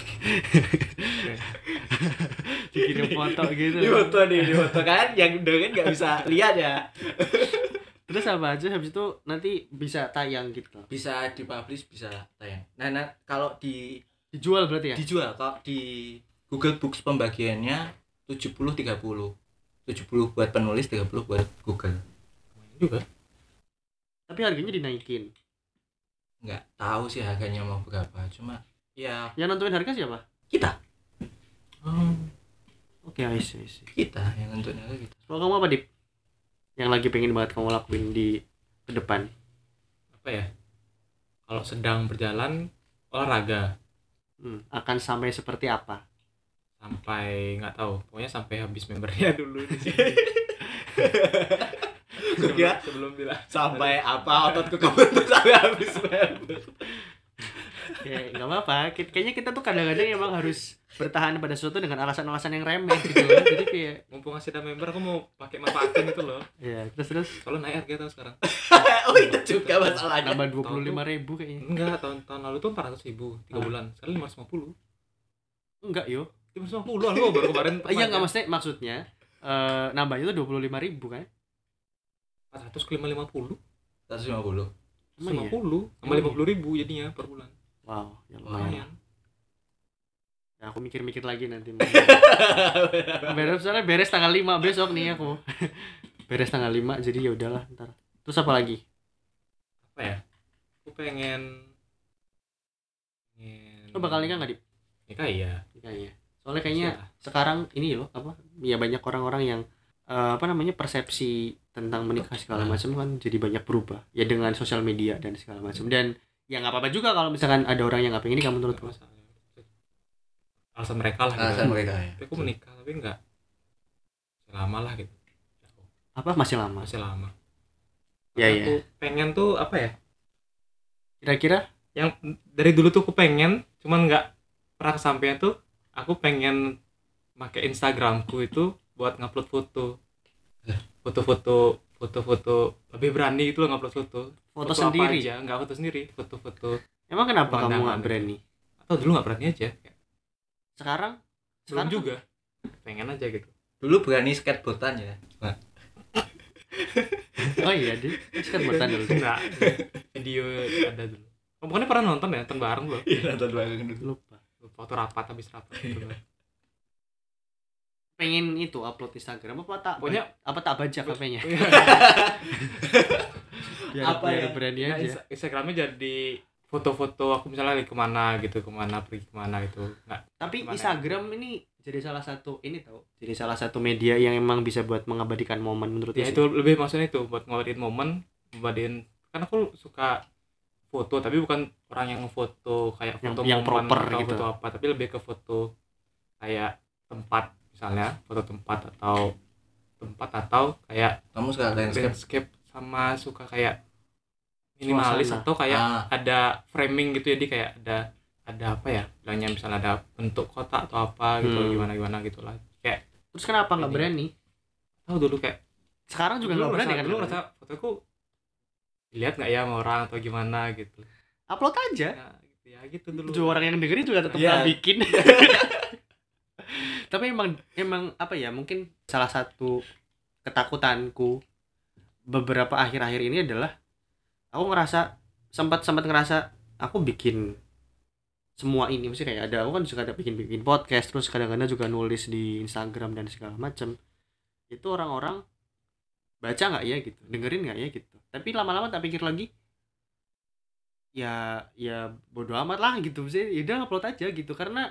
Dikirim foto gitu. Di foto kan, yang dengerin nggak bisa lihat ya. Terus apa aja habis itu nanti bisa tayang gitu? Bisa dipublish, bisa tayang. Nah kalau Dijual berarti ya? dijual, kalau di Google Books pembagiannya 70-30. 70 buat penulis, 30 buat Google. juga. Tapi harganya dinaikin. Nggak tahu sih harganya mau berapa, cuma ya Yang nentuin harga siapa? kita Oke, I see. kita yang nentuin harga kita. Kalau kamu apa, Dip? Yang lagi pengen banget kamu lakuin di ke depan? Apa ya? Kalau sedang berjalan olahraga Akan sampai seperti apa? sampai nggak tahu, pokoknya sampai habis membernya dulu di sini. sebelum bilang Sampai apa ototku kebentuk sampai habis member. Ya, nggak apa-apa. Kayaknya kita tuh kadang-kadang emang harus bertahan pada sesuatu dengan alasan-alasan yang remeh gitu loh. Jadi kayak mumpung masih ada member, aku mau pakai manfaatin itu loh. ya terus Kalau naik harga tau sekarang. Oh itu juga masalahnya. nambah 25.000 kayaknya. Enggak, tahun lalu tuh 400.000 3 bulan. Sekarang 550. Enggak yo. 550 aku baru kemarin. Iya nggak, maksudnya nambahnya tuh 25.000 kan? 400 ke 550. 150. Emang iya? 50 sama 50.000 jadinya per bulan. Wow, ya lumayan. Lumayan. Ya, aku mikir-mikir lagi nanti. Beres tanggal 5 besok nih aku. Beres tanggal 5, jadi ya udahlah ntar. Terus apa lagi? Apa ya? Aku pengen Lo bakal nikah nggak, Dip? nikah ya. Nikahnya. Soalnya kayaknya Bisa. sekarang ini loh apa? Ya banyak orang-orang yang persepsi tentang menikah segala macam kan jadi banyak berubah ya dengan sosial media dan segala macam. Dan ya nggak apa-apa juga kalau misalkan ada orang yang nggak pengen nikah menurut Nggak lo. masalah. Alasan mereka lah gitu. Alasan mereka ya. Tapi aku menikah tapi enggak lama lah gitu. Apa masih lama? Masih lama. Ya, Aku pengen tuh apa ya? Kira-kira Yang dari dulu tuh aku pengen, cuman nggak pernah kesampaian tuh. Aku pengen pakai Instagramku itu buat ngupload foto-foto lebih berani itu loh, ngupload foto sendiri aja, nggak foto sendiri, foto-foto. emang kenapa kamu nggak Pemandangan berani? Atau dulu nggak berani aja? Sekarang Belum juga. Pengen aja gitu. Dulu berani skateboardan ya. Oh iya deh, skateboardan dulu. Enggak. Video ada dulu. Oh, bukannya pernah nonton ya, nonton bareng loh. Iya, nonton bareng dulu. Lupa. Foto rapat habis rapat gitu. Pengen itu upload Instagram Pokoknya apa tak baca HP-nya? biar Apa biar ya? berani Ya, aja. Instagramnya jadi foto-foto aku misalnya lagi kemana gitu, pergi kemana gitu. Nggak, Tapi gimana ya? Instagram ini jadi salah satu media yang emang bisa buat mengabadikan momen menurut Ya sih. itu lebih maksudnya itu buat ngabadiin momen, kan aku suka foto tapi bukan orang yang foto kayak foto yang momen proper atau gitu. foto apa, tapi lebih ke foto kayak tempat, misalnya foto tempat atau kayak Kamu suka landscape? landscape, sama suka kayak minimalis suasana. atau kayak Ah. ada framing gitu, jadi kayak ada apa ya bilangnya, misalnya ada bentuk kotak atau apa gitu, gimana gitu lah. Kayak Terus kenapa nggak Ini. berani? tahu dulu kayak Sekarang juga nggak berani kan? dulu ngerasa fotoku dilihat nggak ya sama orang atau gimana gitu. Upload aja. Nah, gitu ya gitu dulu. Tujuh orang yang dengerin juga tetap Iya. nggak bikin. Tapi emang apa ya, mungkin salah satu ketakutanku beberapa akhir-akhir ini adalah aku sempat ngerasa aku bikin semua ini, mesti kayak aku kan juga ada bikin podcast, terus kadang-kadang juga nulis di Instagram dan segala macam. Itu orang-orang baca nggak ya gitu, dengerin nggak ya gitu. Tapi lama-lama tak pikir lagi, ya bodo amat lah gitu sih, udah upload aja gitu, karena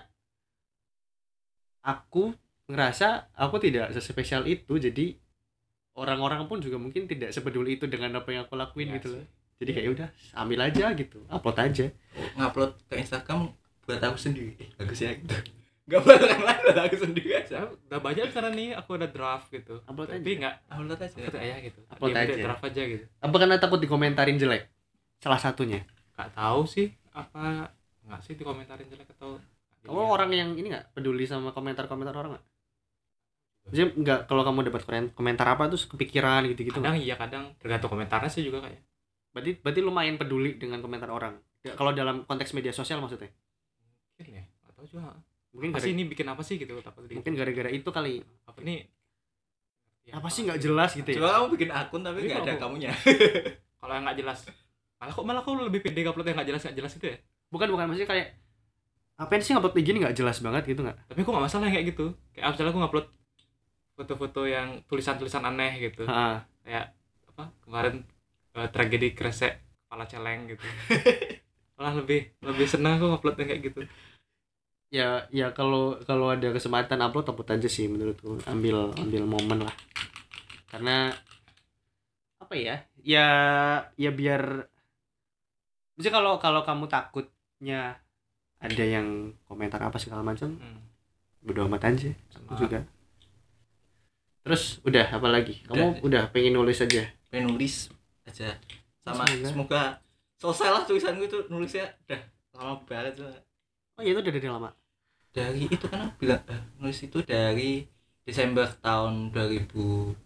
aku ngerasa aku tidak sespesial itu, jadi orang-orang pun juga mungkin tidak sepeduli itu dengan apa yang aku lakuin Iya gitu sih. loh. Jadi kayak udah ambil aja gitu, upload aja. Ngupload ke Instagram buat aku sendiri. Bagus ya gitu. Gak buat orang lain, buat aku sendiri aja. Saya udah banyak karena nih aku ada draft gitu. Upload Tapi aja. nggak Upload aja. upload aja gitu. Upload Dia aja. draft aja gitu. Apa karena takut dikomentarin jelek? Salah satunya. Nggak tahu sih apa, nggak sih dikomentarin jelek atau Kamu orang yang ini nggak peduli sama komentar-komentar orang nggak? Jadi nggak, kalau kamu dapat komentar apa terus kepikiran gitu-gitu nggak? kadang iya, kadang tergantung komentarnya sih juga kayak. Berarti lumayan peduli dengan komentar orang. Ya, kalau dalam konteks media sosial maksudnya. Mungkin ya, atau juga Mungkin apa sih ini bikin apa sih gitu, takut mungkin gara-gara itu kali. apa nih ya, Apa sih nggak jelas gitu ya? Coba kamu bikin akun tapi Tapi gak ada kalau- kamunya. kalau yang nggak jelas, malah kok lebih pede upload yang nggak jelas itu ya. Bukan maksudnya kayak apain sih ngupload gini nggak jelas banget gitu nggak? Tapi aku nggak masalah yang kayak gitu, kayak misalnya aku ngupload foto-foto yang tulisan-tulisan aneh gitu, Ah, kayak apa kemarin tragedi kresek kepala celeng gitu. Malah lebih senang aku ngupload yang kayak gitu. ya kalau ada kesempatan upload aja sih menurutku, ambil momen lah, karena apa ya biar bisa, kalau kamu takutnya ada yang komentar apa segala macam, bodo amat aja. Aku juga. Terus udah apa lagi, kamu udah pengen nulis aja? Pengen nulis aja. Sama Semoga. semoga selesai lah tulisanku itu, nulisnya udah lama banget tuh. Oh iya, itu udah dari lama. Dari itu kan aku bilang nulis itu dari Desember tahun 2021.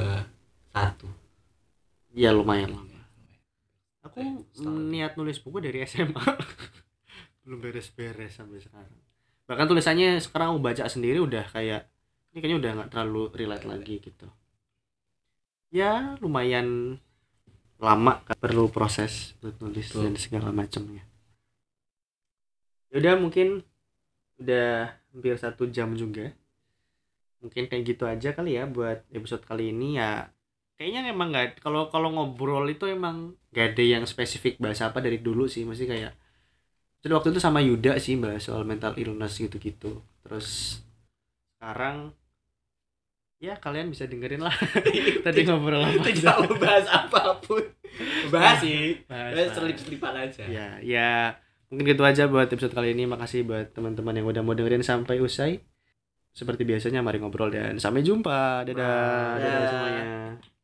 Iya, lumayan lama. Aku Setahun. niat nulis buku dari SMA. Belum beres-beres sampai sekarang. Bahkan tulisannya sekarang aku baca sendiri udah kayak ini kayaknya udah nggak terlalu relate lagi gitu. Ya lumayan lama kan, perlu proses buat nulis Betul. dan segala macamnya. Yaudah, mungkin udah hampir 1 jam juga. Mungkin kayak gitu aja kali ya buat episode kali ini ya. Kayaknya emang nggak, kalau ngobrol itu emang gak ada yang spesifik bahas apa dari dulu sih, masih kayak jadi waktu itu sama Yuda sih bahas soal mental illness gitu-gitu. Terus sekarang ya kalian bisa dengerin lah tadi ngobrol apa aja. Tidak mau bahas apapun. Bahas sih. Bahas Bahas lah. selip-selipan aja. Ya mungkin gitu aja buat episode kali ini. Makasih buat teman-teman yang udah mau dengerin sampai usai. Seperti biasanya mari ngobrol dan sampai jumpa. Dadah. Dadah semuanya.